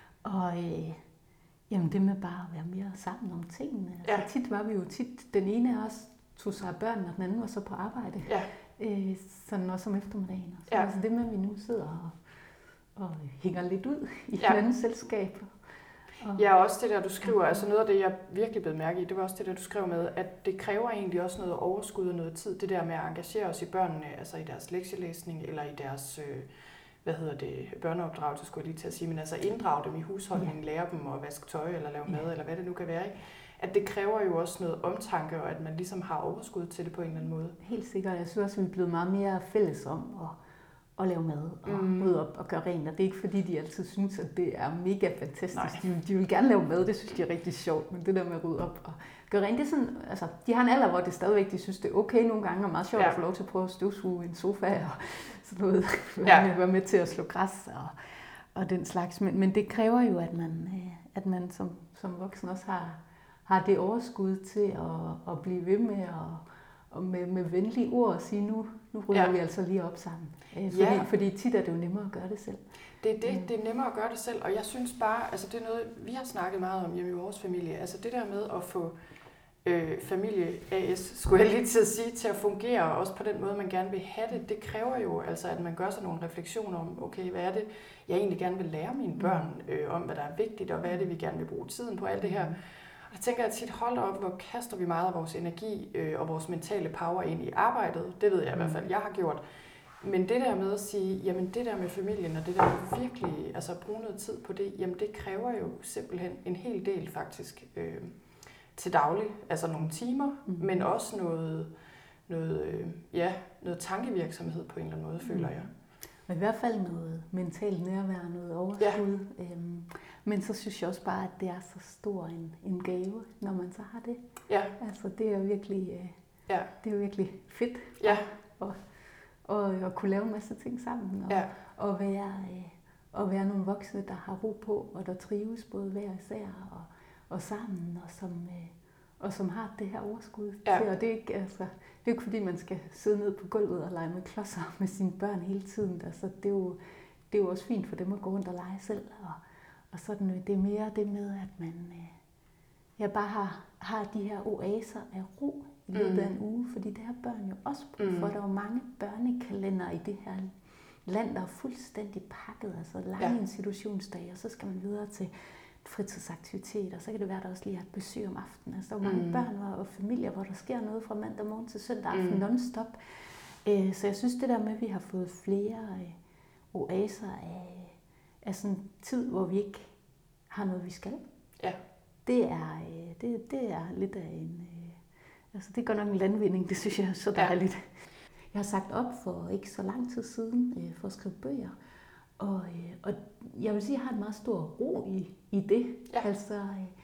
og øh, jamen det med bare at være mere sammen om tingene. Ja. Altså tit var vi jo tit, den ene af os tog sig af børnene, og den anden var så på arbejde. Ja. Øh, sådan også om eftermiddagen. Så ja. Altså det med, at vi nu sidder og, og hænger lidt ud i ja. hinandens selskab. Og, ja, også det der, du skriver, ja. altså noget af det, jeg virkelig blev mærke i, det var også det der, du skrev med, at det kræver egentlig også noget overskud og noget tid, det der med at engagere os i børnene, altså i deres lektielæsning, eller i deres, øh, hvad hedder det, børneopdragelse, skulle jeg lige til at sige, men altså inddrage dem i husholdningen, ja. lære dem at vaske tøj, eller lave mad, ja. eller hvad det nu kan være, ikke? At det kræver jo også noget omtanke, og at man ligesom har overskud til det på en eller anden måde. Helt sikkert. Jeg synes også, at vi er blevet meget mere fælles om at og lave mad og mm. rydde op og gøre rent. Og det er ikke fordi, de altid synes, at det er mega fantastisk. De, de vil gerne lave mad, det synes de er rigtig sjovt, men det der med at rydde op og gøre rent, det er sådan, altså, de har en alder, hvor det stadigvæk, de synes, det er okay nogle gange, og meget sjovt ja. at få lov til at prøve at støvsuge en sofa og sådan noget, ja. være med til at slå græs og, og den slags. Men, men det kræver jo, at man, at man som, som voksen også har, har det overskud til at, at blive ved med at og med, med venlige ord at sige, nu, nu rydder ja. vi altså lige op sammen. Fordi, ja. fordi tit er det jo nemmere at gøre det selv. Det er det, det er nemmere at gøre det selv, og jeg synes bare, altså det er noget, vi har snakket meget om hjemme i vores familie, altså det der med at få øh, familie A S, skulle jeg lige til at sige, til at fungere, også på den måde, man gerne vil have det, det kræver jo altså, at man gør sig nogle refleksioner om, okay, hvad er det, jeg egentlig gerne vil lære mine børn øh, om, hvad der er vigtigt, og hvad er det, vi gerne vil bruge tiden på, alt det her. Jeg tænker, at tit hold op, hvor kaster vi meget af vores energi øh, og vores mentale power ind i arbejdet. Det ved jeg i hvert fald, jeg har gjort. Men det der med at sige, jamen det der med familien, og det der med virkelig altså bruge noget tid på det, jamen det kræver jo simpelthen en hel del faktisk øh, til daglig. Altså nogle timer, mm. men også noget, noget, øh, ja, noget tankevirksomhed på en eller anden måde, mm. føler jeg. Og i hvert fald noget mentalt nærvær, noget overskud. Ja. Øhm, men så synes jeg også bare, at det er så stor en, en gave, når man så har det. Ja. Altså det er virkelig, øh, Ja. Det er jo virkelig fedt ja. at, at, at, at kunne lave en masse ting sammen, og, ja. og være, og være nogle voksne, der har ro på, og der trives både hver især og, og sammen, og som, og som har det her overskud ja. til. Og det er, ikke, altså, det er ikke fordi, man skal sidde ned på gulvet og lege med klodser med sine børn hele tiden. Altså, det, er jo, det er jo også fint for dem at gå rundt og lege selv. Og, og sådan, det er mere det med, at man ja, bare har, har de her oaser af ro i løbet mm. af en uge, fordi det har børn jo også brug for. Mm. Der er jo mange børnekalender i det her land, der er fuldstændig pakket, altså lange ja. institutionsdage, og så skal man videre til fritidsaktiviteter, så kan det være, der også lige er et besøg om aftenen. Altså, der er mange mm. børn og familier, hvor der sker noget fra mandag morgen til søndag aften mm. non-stop. Øh, så jeg synes, det der med, at vi har fået flere øh, oaser af, af sådan tid, hvor vi ikke har noget, vi skal, ja. det, er, øh, det, det er lidt af en... Øh, altså, det går nok en landvinding, det synes jeg er så dejligt. Ja. Jeg har sagt op for ikke så lang tid siden øh, for at skrive bøger, og, øh, og jeg vil sige, at jeg har en meget stor ro i, i det. Ja. Altså,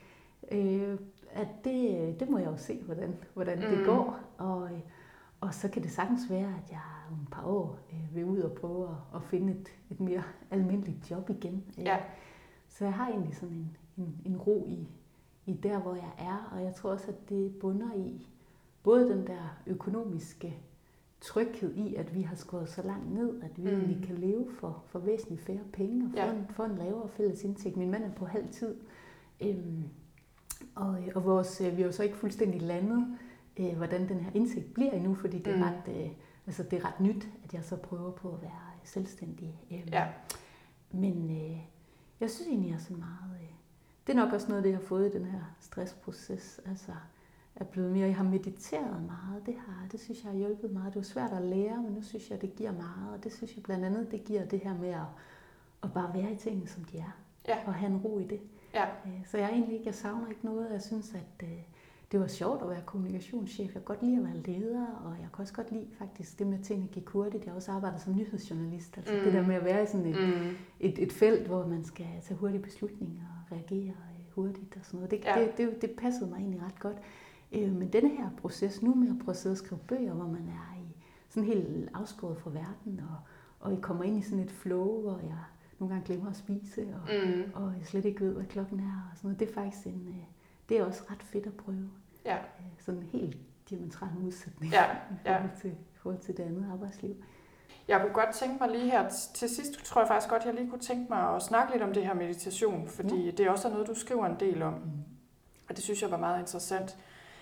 øh, at det, det må jeg jo se, hvordan, hvordan mm. det går. Og, og så kan det sagtens være, at jeg om et par år øh, vil ud og prøve at, at finde et, et mere almindeligt job igen. Ja. Så jeg har egentlig sådan en, en, en ro i, i der, hvor jeg er. Og jeg tror også, at det bunder i både den der økonomiske tryghed i, at vi har skåret så langt ned, at vi mm. egentlig kan leve for, for væsentligt færre penge og få, ja. en, få en lavere fælles indtægt. Min mand er på halv tid, øhm, og, og vores, vi har jo så ikke fuldstændig landet, øh, hvordan den her indtægt bliver endnu, fordi det er, mm. ret, øh, altså det er ret nyt, at jeg så prøver på at være selvstændig. Øhm, ja. Men øh, jeg synes egentlig, jeg er så meget... Øh, det er nok også noget, det jeg har fået i den her stressproces, altså er blevet mere. Jeg har mediteret meget, det har, det synes jeg har hjulpet meget. Det var svært at lære, men nu synes jeg, det giver meget, og det synes jeg blandt andet, det giver det her med at, at bare være i tingene, som de er, ja. og have en ro i det. Ja. Så jeg er egentlig ikke, jeg savner ikke noget. Jeg synes, at det var sjovt at være kommunikationschef. Jeg kan godt lide at være leder, og jeg kan også godt lide faktisk det med, at tingene gik hurtigt. Jeg har også arbejdet som nyhedsjournalist, altså mm. det der med at være i sådan et, mm. et, et felt, hvor man skal tage hurtige beslutninger og reagere hurtigt og sådan noget. Det, ja. det, det, det passede mig egentlig ret godt. Men denne her proces nu med at prøve at sidde og skrive bøger, hvor man er i sådan helt afskåret fra verden, og, og I kommer ind i sådan et flow, hvor jeg nogle gange glemmer at spise, og, mm. og jeg slet ikke ved, hvad klokken er, og sådan noget. Det er faktisk en, det er også ret fedt at prøve. Ja. Sådan en helt diametral modsætning ja. i, forhold til, i forhold til det andet arbejdsliv. Jeg kunne godt tænke mig lige her til sidst, tror jeg faktisk godt, jeg lige kunne tænke mig at snakke lidt om det her meditation, fordi ja. det er også noget, du skriver en del om, mm. og det synes jeg var meget interessant.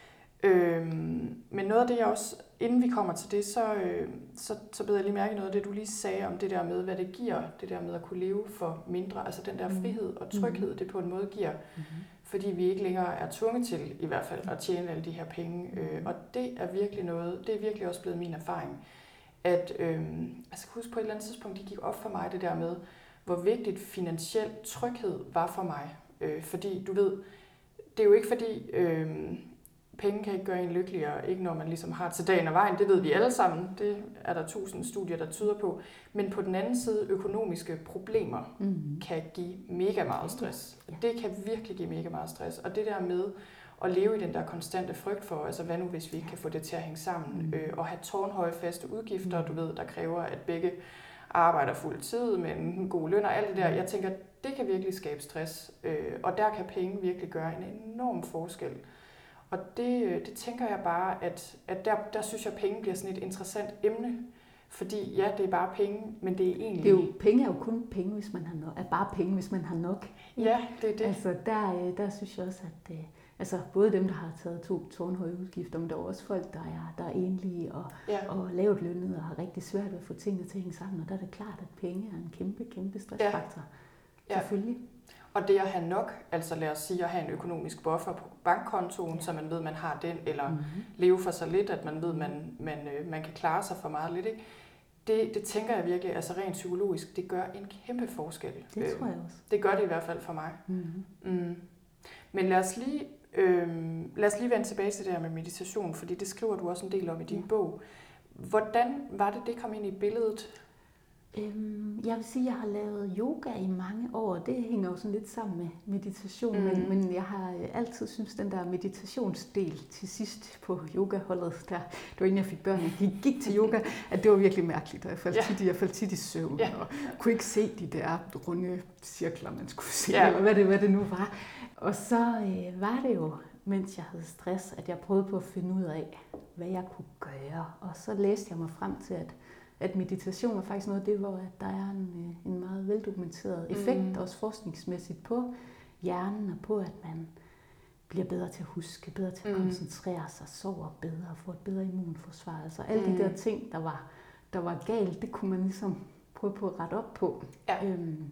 Øhm, men noget af det, jeg også, inden vi kommer til det, så, øh, så, så beder jeg lige mærke noget af det, du lige sagde om det der med, hvad det giver, det der med at kunne leve for mindre, altså den der frihed og tryghed, det på en måde giver, mm-hmm. fordi vi ikke længere er tvunget til, i hvert fald, at tjene alle de her penge. Øh, og det er virkelig noget, det er virkelig også blevet min erfaring, at, øh, altså jeg kan huske på et eller andet tidspunkt, det gik op for mig, det der med, hvor vigtigt finansiel tryghed var for mig. Øh, fordi, du ved, det er jo ikke fordi... Øh, Penge kan ikke gøre en lykkeligere, ikke når man ligesom har til dagen og vejen, det ved vi alle sammen, det er der tusind studier, der tyder på. Men på den anden side, økonomiske problemer mm-hmm. kan give mega meget stress. Ja. Det kan virkelig give mega meget stress. Og det der med at leve i den der konstante frygt for, altså hvad nu hvis vi ikke kan få det til at hænge sammen, mm-hmm. øh, og have tårnhøje faste udgifter, mm-hmm. du ved, der kræver, at begge arbejder fuld tid med en god løn og alt det der. Jeg tænker, det kan virkelig skabe stress, øh, og der kan penge virkelig gøre en enorm forskel. Og det, det tænker jeg bare, at, at der, der synes jeg, at penge bliver sådan et interessant emne. Fordi ja, det er bare penge, men det er egentlig... Det er jo, penge er jo kun penge, hvis man har nok. Er bare penge, hvis man har nok. Ja, det er det. Altså der, der synes jeg også, at altså, både dem, der har taget to tårnhøje udgifter, men der er også folk, der er, der er enlige og, ja. og lavt lønnet og har rigtig svært ved at få tingene til at hænge sammen. Og der er det klart, at penge er en kæmpe, kæmpe stressfaktor. Ja. Ja. Selvfølgelig. Og det at have nok, altså lad os sige at have en økonomisk buffer på bankkontoen, ja. så man ved, at man har den, eller mm-hmm. leve for sig lidt, at man ved, at man, man, man kan klare sig for meget lidt. Ikke? Det, det tænker jeg virkelig, altså rent psykologisk, det gør en kæmpe forskel. Det tror jeg også. Det gør det i hvert fald for mig. Mm-hmm. Mm. Men lad os, lige, øh, lad os lige vende tilbage til det her med meditation, fordi det skriver du også en del om i din ja. bog. Hvordan var det, det kom ind i billedet? Øhm, jeg vil sige, at jeg har lavet yoga i mange år. Det hænger jo sådan lidt sammen med meditation, mm. men, men jeg har altid synes den der meditationsdel til sidst på yogaholdet, der, det var inden jeg fik børn, jeg gik, gik til yoga, at det var virkelig mærkeligt, og jeg faldt, yeah. tit, jeg faldt tit i søvn, yeah. og kunne ikke se de der runde cirkler, man skulle se, yeah. eller hvad det, hvad det nu var. Og så øh, var det jo, mens jeg havde stress, at jeg prøvede på at finde ud af, hvad jeg kunne gøre. Og så læste jeg mig frem til, at, at meditation er faktisk noget af det, hvor at der er en, en meget veldokumenteret effekt, mm. også forskningsmæssigt, på hjernen og på, at man bliver bedre til at huske, bedre til at mm. koncentrere sig, sover bedre, får et bedre immunforsvar. Altså alle mm. de der ting, der var, der var galt, det kunne man ligesom prøve på at rette op på. Ja. Øhm,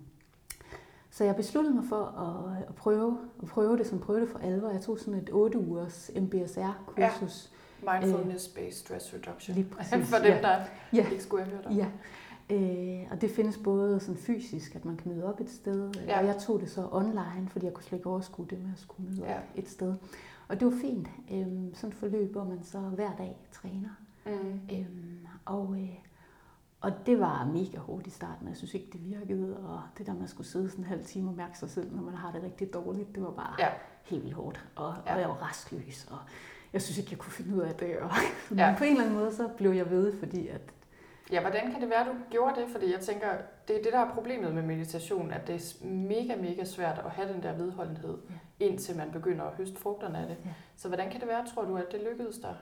Så jeg besluttede mig for at, at, prøve, at prøve det, som prøvede det for alvor. Jeg tog sådan et otte ugers M B S R-kursus. Ja. Mindfulness-based stress reduction. Lige præcis. For dem, ja. der ja. ikke skulle have hørt om. Ja. Øh, og det findes både sådan fysisk, at man kan møde op et sted, ja. og jeg tog det så online, fordi jeg kunne slet ikke overskue det med at skulle møde ja. op et sted. Og det var fint. Øh, sådan et forløb, hvor man så hver dag træner. Mm. Øh, og... Øh, Og det var mega hårdt i starten, jeg synes ikke, det virkede, og det der, man skulle sidde sådan en halv time og mærke sig selv, når man har det rigtig dårligt, det var bare ja. helt vildt hårdt, og, ja. og jeg var rastløs, og jeg synes ikke, jeg kunne finde ud af det, og ja. men på en eller anden måde, så blev jeg ved, fordi at... Ja, hvordan kan det være, du gjorde det? Fordi jeg tænker, det er det, der er problemet med meditation, at det er mega, mega svært at have den der vedholdenhed, ja. indtil man begynder at høste frugterne af det. Ja. Så hvordan kan det være, tror du, at det lykkedes dig?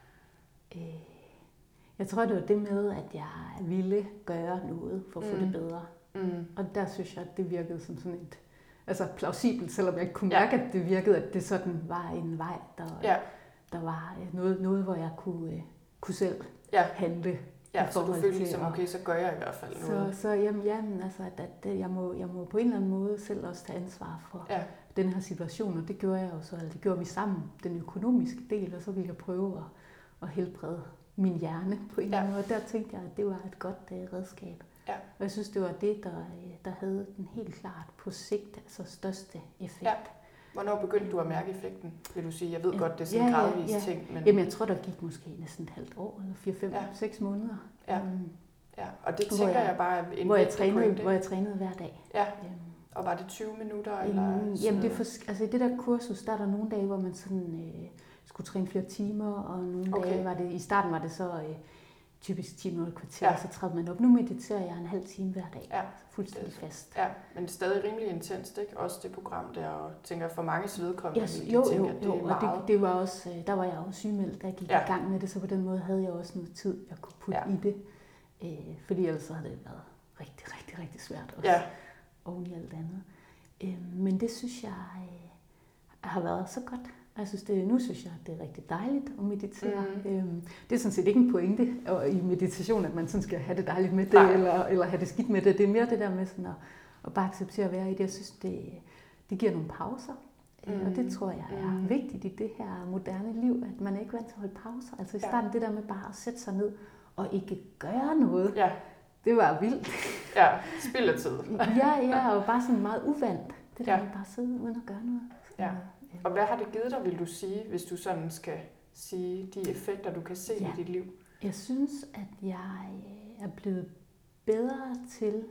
Øh... Jeg tror, det var det med, at jeg ville gøre noget for at få mm. det bedre. Mm. Og der synes jeg, at det virkede som sådan et altså plausibelt, selvom jeg ikke kunne mærke, ja. at det virkede, at det sådan var en vej, der, ja. der var noget, noget, hvor jeg kunne, kunne selv ja. handle. Ja, så du følte ligesom, okay, så gør jeg i hvert fald noget. Så, så jamen, jamen, altså, at, at jeg, må, jeg må på en eller anden måde selv også tage ansvar for ja. den her situation, og det gjorde jeg jo så, eller det gjorde vi sammen, den økonomiske del, og så ville jeg prøve at, at helbrede min hjerne på en eller anden måde. Og der tænkte jeg, at det var et godt uh, redskab. Ja. Og jeg synes, det var det, der, der havde den helt klart på sigt, altså største effekt. Ja. Hvornår begyndte du at mærke effekten, vil du sige? Jeg ved ja. godt, det er sådan en ja, gradvis ja, ja. ting. Men... Jamen, jeg tror, der gik måske næsten et halvt år, eller fire, fem, ja. seks måneder. Ja. Um, ja. Og det tænker jeg, jeg bare en hvor jeg, trænede, hvor jeg trænede hver dag. Ja. Um, og var det tyve minutter? Eller um, jamen, det er for, altså, i det der kursus, der er der nogle dage, hvor man sådan... Øh, skulle træne flere timer, og nogle okay. dage var det, i starten var det så øh, typisk ti minutter kvarter, ja. så træder man op. Nu mediterer jeg en halv time hver dag, ja. fuldstændig fast. Ja, men det er stadig rimelig intenst, ikke? Også det program der, og tænker for mange vedkommende, yes, jo, jo, tænker, jo, det er og det, det var også, der var jeg også sygemeldt, da jeg gik ja. i gang med det, så på den måde havde jeg også noget tid, jeg kunne putte ja. i det, øh, fordi ellers så havde det været rigtig, rigtig, rigtig svært også, ja. oven i alt andet. Øh, men det synes jeg øh, har været så godt. Jeg synes, det, nu synes jeg, at det er rigtig dejligt at meditere. Mm. Øhm, det er sådan set ikke en pointe i meditation, at man sådan skal have det dejligt med det, eller, eller have det skidt med det. Det er mere det der med sådan at, at bare acceptere at være i det. Jeg synes, det, det giver nogle pauser. Mm. Og det tror jeg er mm. vigtigt i det her moderne liv, at man er ikke vant til at holde pauser. Altså i starten ja. det der med bare at sætte sig ned og ikke gøre noget. Ja. Det var vildt. Ja, spild af tid. ja, ja, og bare sådan meget uvant. Det der ja. med bare at sidde uden at gøre noget. Ja. Og hvad har det givet dig, vil du sige, hvis du sådan skal sige de effekter, du kan se ja. i dit liv? Jeg synes, at jeg er blevet bedre til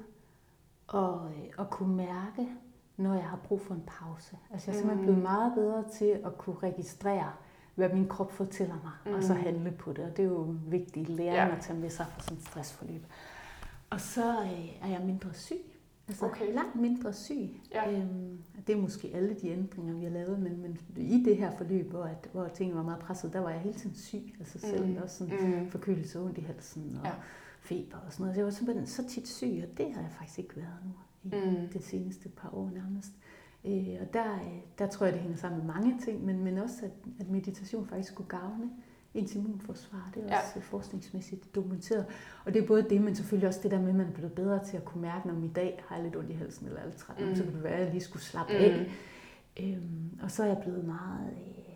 at, at kunne mærke, når jeg har brug for en pause. Altså jeg er simpelthen blevet meget bedre til at kunne registrere, hvad min krop fortæller mig, mm. og så handle på det. Og det er jo en vigtig læring ja. at tage med sig fra sådan et stressforløb. Og så er jeg mindre syg. Altså okay. langt mindre syg. Ja. Øhm, det er måske alle de ændringer, vi har lavet, men, men i det her forløb, hvor, at, hvor tingene var meget presset, der var jeg hele tiden syg. Altså selv mm. også sådan mm. forkølelse, ondt i halsen og ja. feber og sådan noget. Så jeg var simpelthen så tit syg, og det har jeg faktisk ikke været nu i mm. det seneste par år nærmest. Øh, og der, der tror jeg, det hænger sammen med mange ting, men, men også, at, at meditation faktisk skulle gavne ens immunforsvar. Det er også ja. forskningsmæssigt dokumenteret. Og det er både det, men selvfølgelig også det der med, at man er blevet bedre til at kunne mærke, når i dag har jeg lidt ondt i halsen eller alt træt, mm. så kan det være, at jeg lige skulle slappe mm. af. Øhm, og så er jeg blevet meget øh,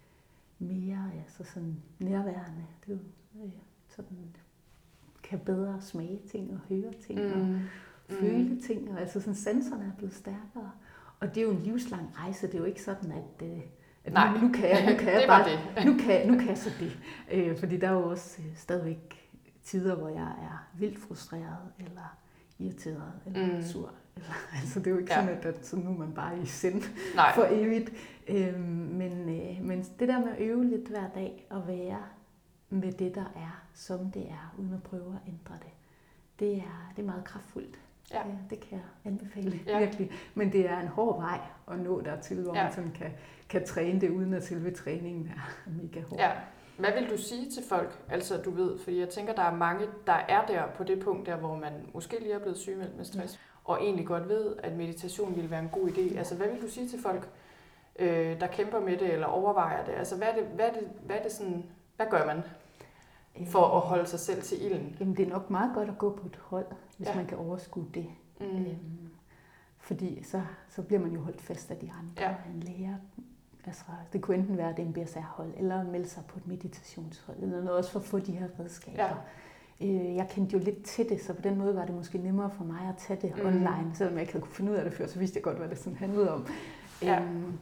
mere altså sådan nærværende. Det er jo, øh, sådan, kan bedre smage ting og høre ting mm. og føle mm. ting. Og altså sådan, sensorerne er blevet stærkere. Og det er jo en livslang rejse. Det er jo ikke sådan, at... Øh, At Nej, nu, nu kan jeg, nu kan jeg bare, nu kan, nu kan jeg så det, øh, fordi der er jo også øh, stadigvæk tider, hvor jeg er vildt frustreret, eller irriteret, eller mm. sur. Eller, altså det er jo ikke ja. sådan, at, at så nu er man bare i sind for evigt. Øhm, men, øh, men det der med at øve lidt hver dag, og være med det, der er, som det er, uden at prøve at ændre det, det er, det er meget kraftfuldt. Ja. Ja, det kan jeg anbefale ja. virkelig. Men det er en hård vej at nå dertil, hvor ja. man sådan kan, kan træne det, uden at selve træningen er mega hård. Ja. Hvad vil du sige til folk? Altså du ved, fordi jeg tænker, der er mange, der er der på det punkt der, hvor man måske lige er blevet sygemeldt med stress, ja. og egentlig godt ved, at meditation ville være en god idé. Ja. Altså hvad vil du sige til folk, øh, der kæmper med det, eller overvejer det? Altså hvad er det, hvad er det, hvad er det sådan, hvad gør man for at holde sig selv til ilden? Jamen det er nok meget godt at gå på et hold, hvis ja. man kan overskue det. Mm. Øhm, fordi så, så bliver man jo holdt fast af de andre, ja. en lærer. Altså, det kunne enten være, at det er en B S R-hold, eller melde sig på et meditationshold, eller noget også for at få de her redskaber. Ja. Øh, jeg kendte jo lidt til det, så på den måde var det måske nemmere for mig at tage det mm. online, selvom jeg ikke havde kunne finde ud af det før, så vidste jeg godt, hvad det sådan handlede om. Ja. Øhm,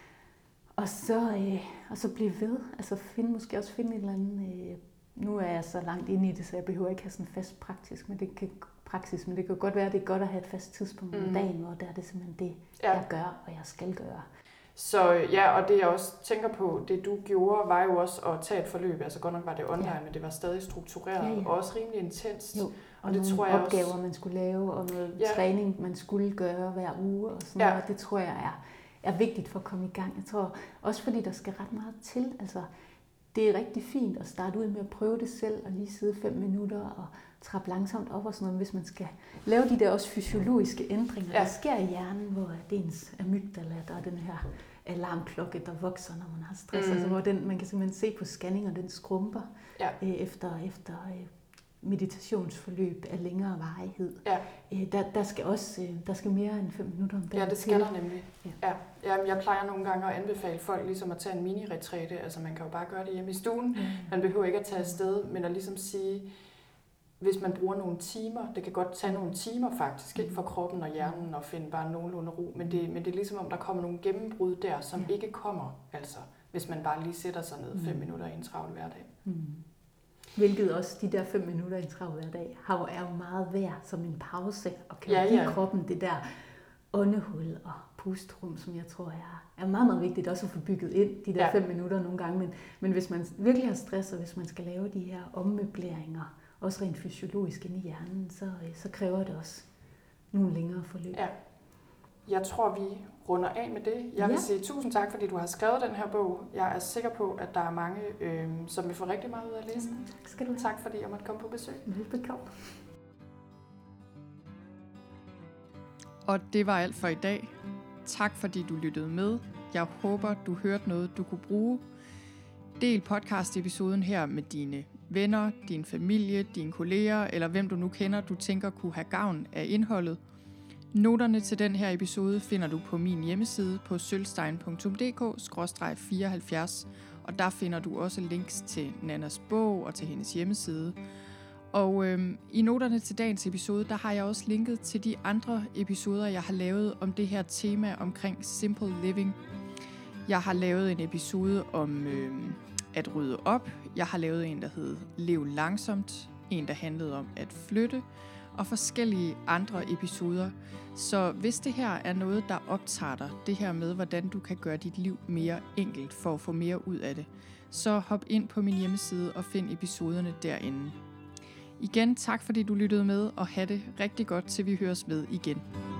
og, så, øh, og så blive ved, altså finde, måske også finde et eller andet. Øh, nu er jeg så langt inde i det, så jeg behøver ikke have sådan fast praktisk, men det kan, praksis, men det kan godt være, at det er godt at have et fast tidspunkt om mm. dagen, hvor der er det simpelthen det, ja. jeg gør, og jeg skal gøre. Så ja, og det jeg også tænker på, det du gjorde, var jo også at tage et forløb. Altså godt nok var det online, ja. men det var stadig struktureret ja, ja. og også rimelig intenst. Jo, og, og det tror jeg opgaver, også, man skulle lave, og noget ja. træning, man skulle gøre hver uge og sådan ja. noget. Det tror jeg er, er vigtigt for at komme i gang. Jeg tror også, fordi der skal ret meget til. Altså, det er rigtig fint at starte ud med at prøve det selv, og lige sidde fem minutter og trappe langsomt op og sådan noget, hvis man skal lave de der også fysiologiske ændringer, ja. der sker i hjernen, hvor det er ens amygdala, der er den her alarmklokke, der vokser, når man har stress, mm. altså hvor den, man kan simpelthen se på scanning, og den skrumper ja. øh, efter, efter øh, meditationsforløb af længere varighed. Ja. Øh, der, der skal også øh, der skal mere end fem minutter om dagen. Ja, det skal der nemlig. Ja. Ja. Ja, jeg plejer nogle gange at anbefale folk ligesom at tage en mini-retræte, altså man kan jo bare gøre det hjemme i stuen, mm. man behøver ikke at tage afsted, men at ligesom sige, hvis man bruger nogle timer, det kan godt tage nogle timer faktisk, ikke for kroppen og hjernen og finde bare nogenlunde ro, men det, men det er ligesom om, der kommer nogle gennembrud der, som ja. ikke kommer, altså, hvis man bare lige sætter sig ned fem mm. minutter i en travl hverdag. Mm. Hvilket også, de der fem minutter i en travl hverdag, har, er jo meget værd som en pause, og kan ja, give ja. kroppen det der åndehul og pustrum, som jeg tror er, er meget, meget vigtigt også at få bygget ind, de der ja. fem minutter nogle gange, men, men hvis man virkelig har stress, og hvis man skal lave de her ommøbleringer, også rent fysiologisk inde i hjernen, så, så kræver det også nogle længere forløb. Ja. Jeg tror, vi runder af med det. Jeg vil ja. sige tusind tak, fordi du har skrevet den her bog. Jeg er sikker på, at der er mange, øh, som vil få rigtig meget ud af at læse den. Tak skal du have. Tak, fordi jeg måtte komme på besøg. Velbekomme. Og det var alt for i dag. Tak, fordi du lyttede med. Jeg håber, du hørte noget, du kunne bruge. Del podcast-episoden her med dine venner, din familie, dine kolleger, eller hvem du nu kender, du tænker kunne have gavn af indholdet. Noterne til den her episode finder du på min hjemmeside på sølvstein punktum d k skråstreg fireoghalvfjerds, og der finder du også links til Nannas bog og til hendes hjemmeside. Og øhm, i noterne til dagens episode, der har jeg også linket til de andre episoder, jeg har lavet om det her tema omkring simple living. Jeg har lavet en episode om øhm, at rydde op. Jeg har lavet en, der hed Lev langsomt. En, der handlede om at flytte. Og forskellige andre episoder. Så hvis det her er noget, der optager dig, det her med, hvordan du kan gøre dit liv mere enkelt for at få mere ud af det, så hop ind på min hjemmeside og find episoderne derinde. Igen tak, fordi du lyttede med, og have det rigtig godt, til vi høres ved igen.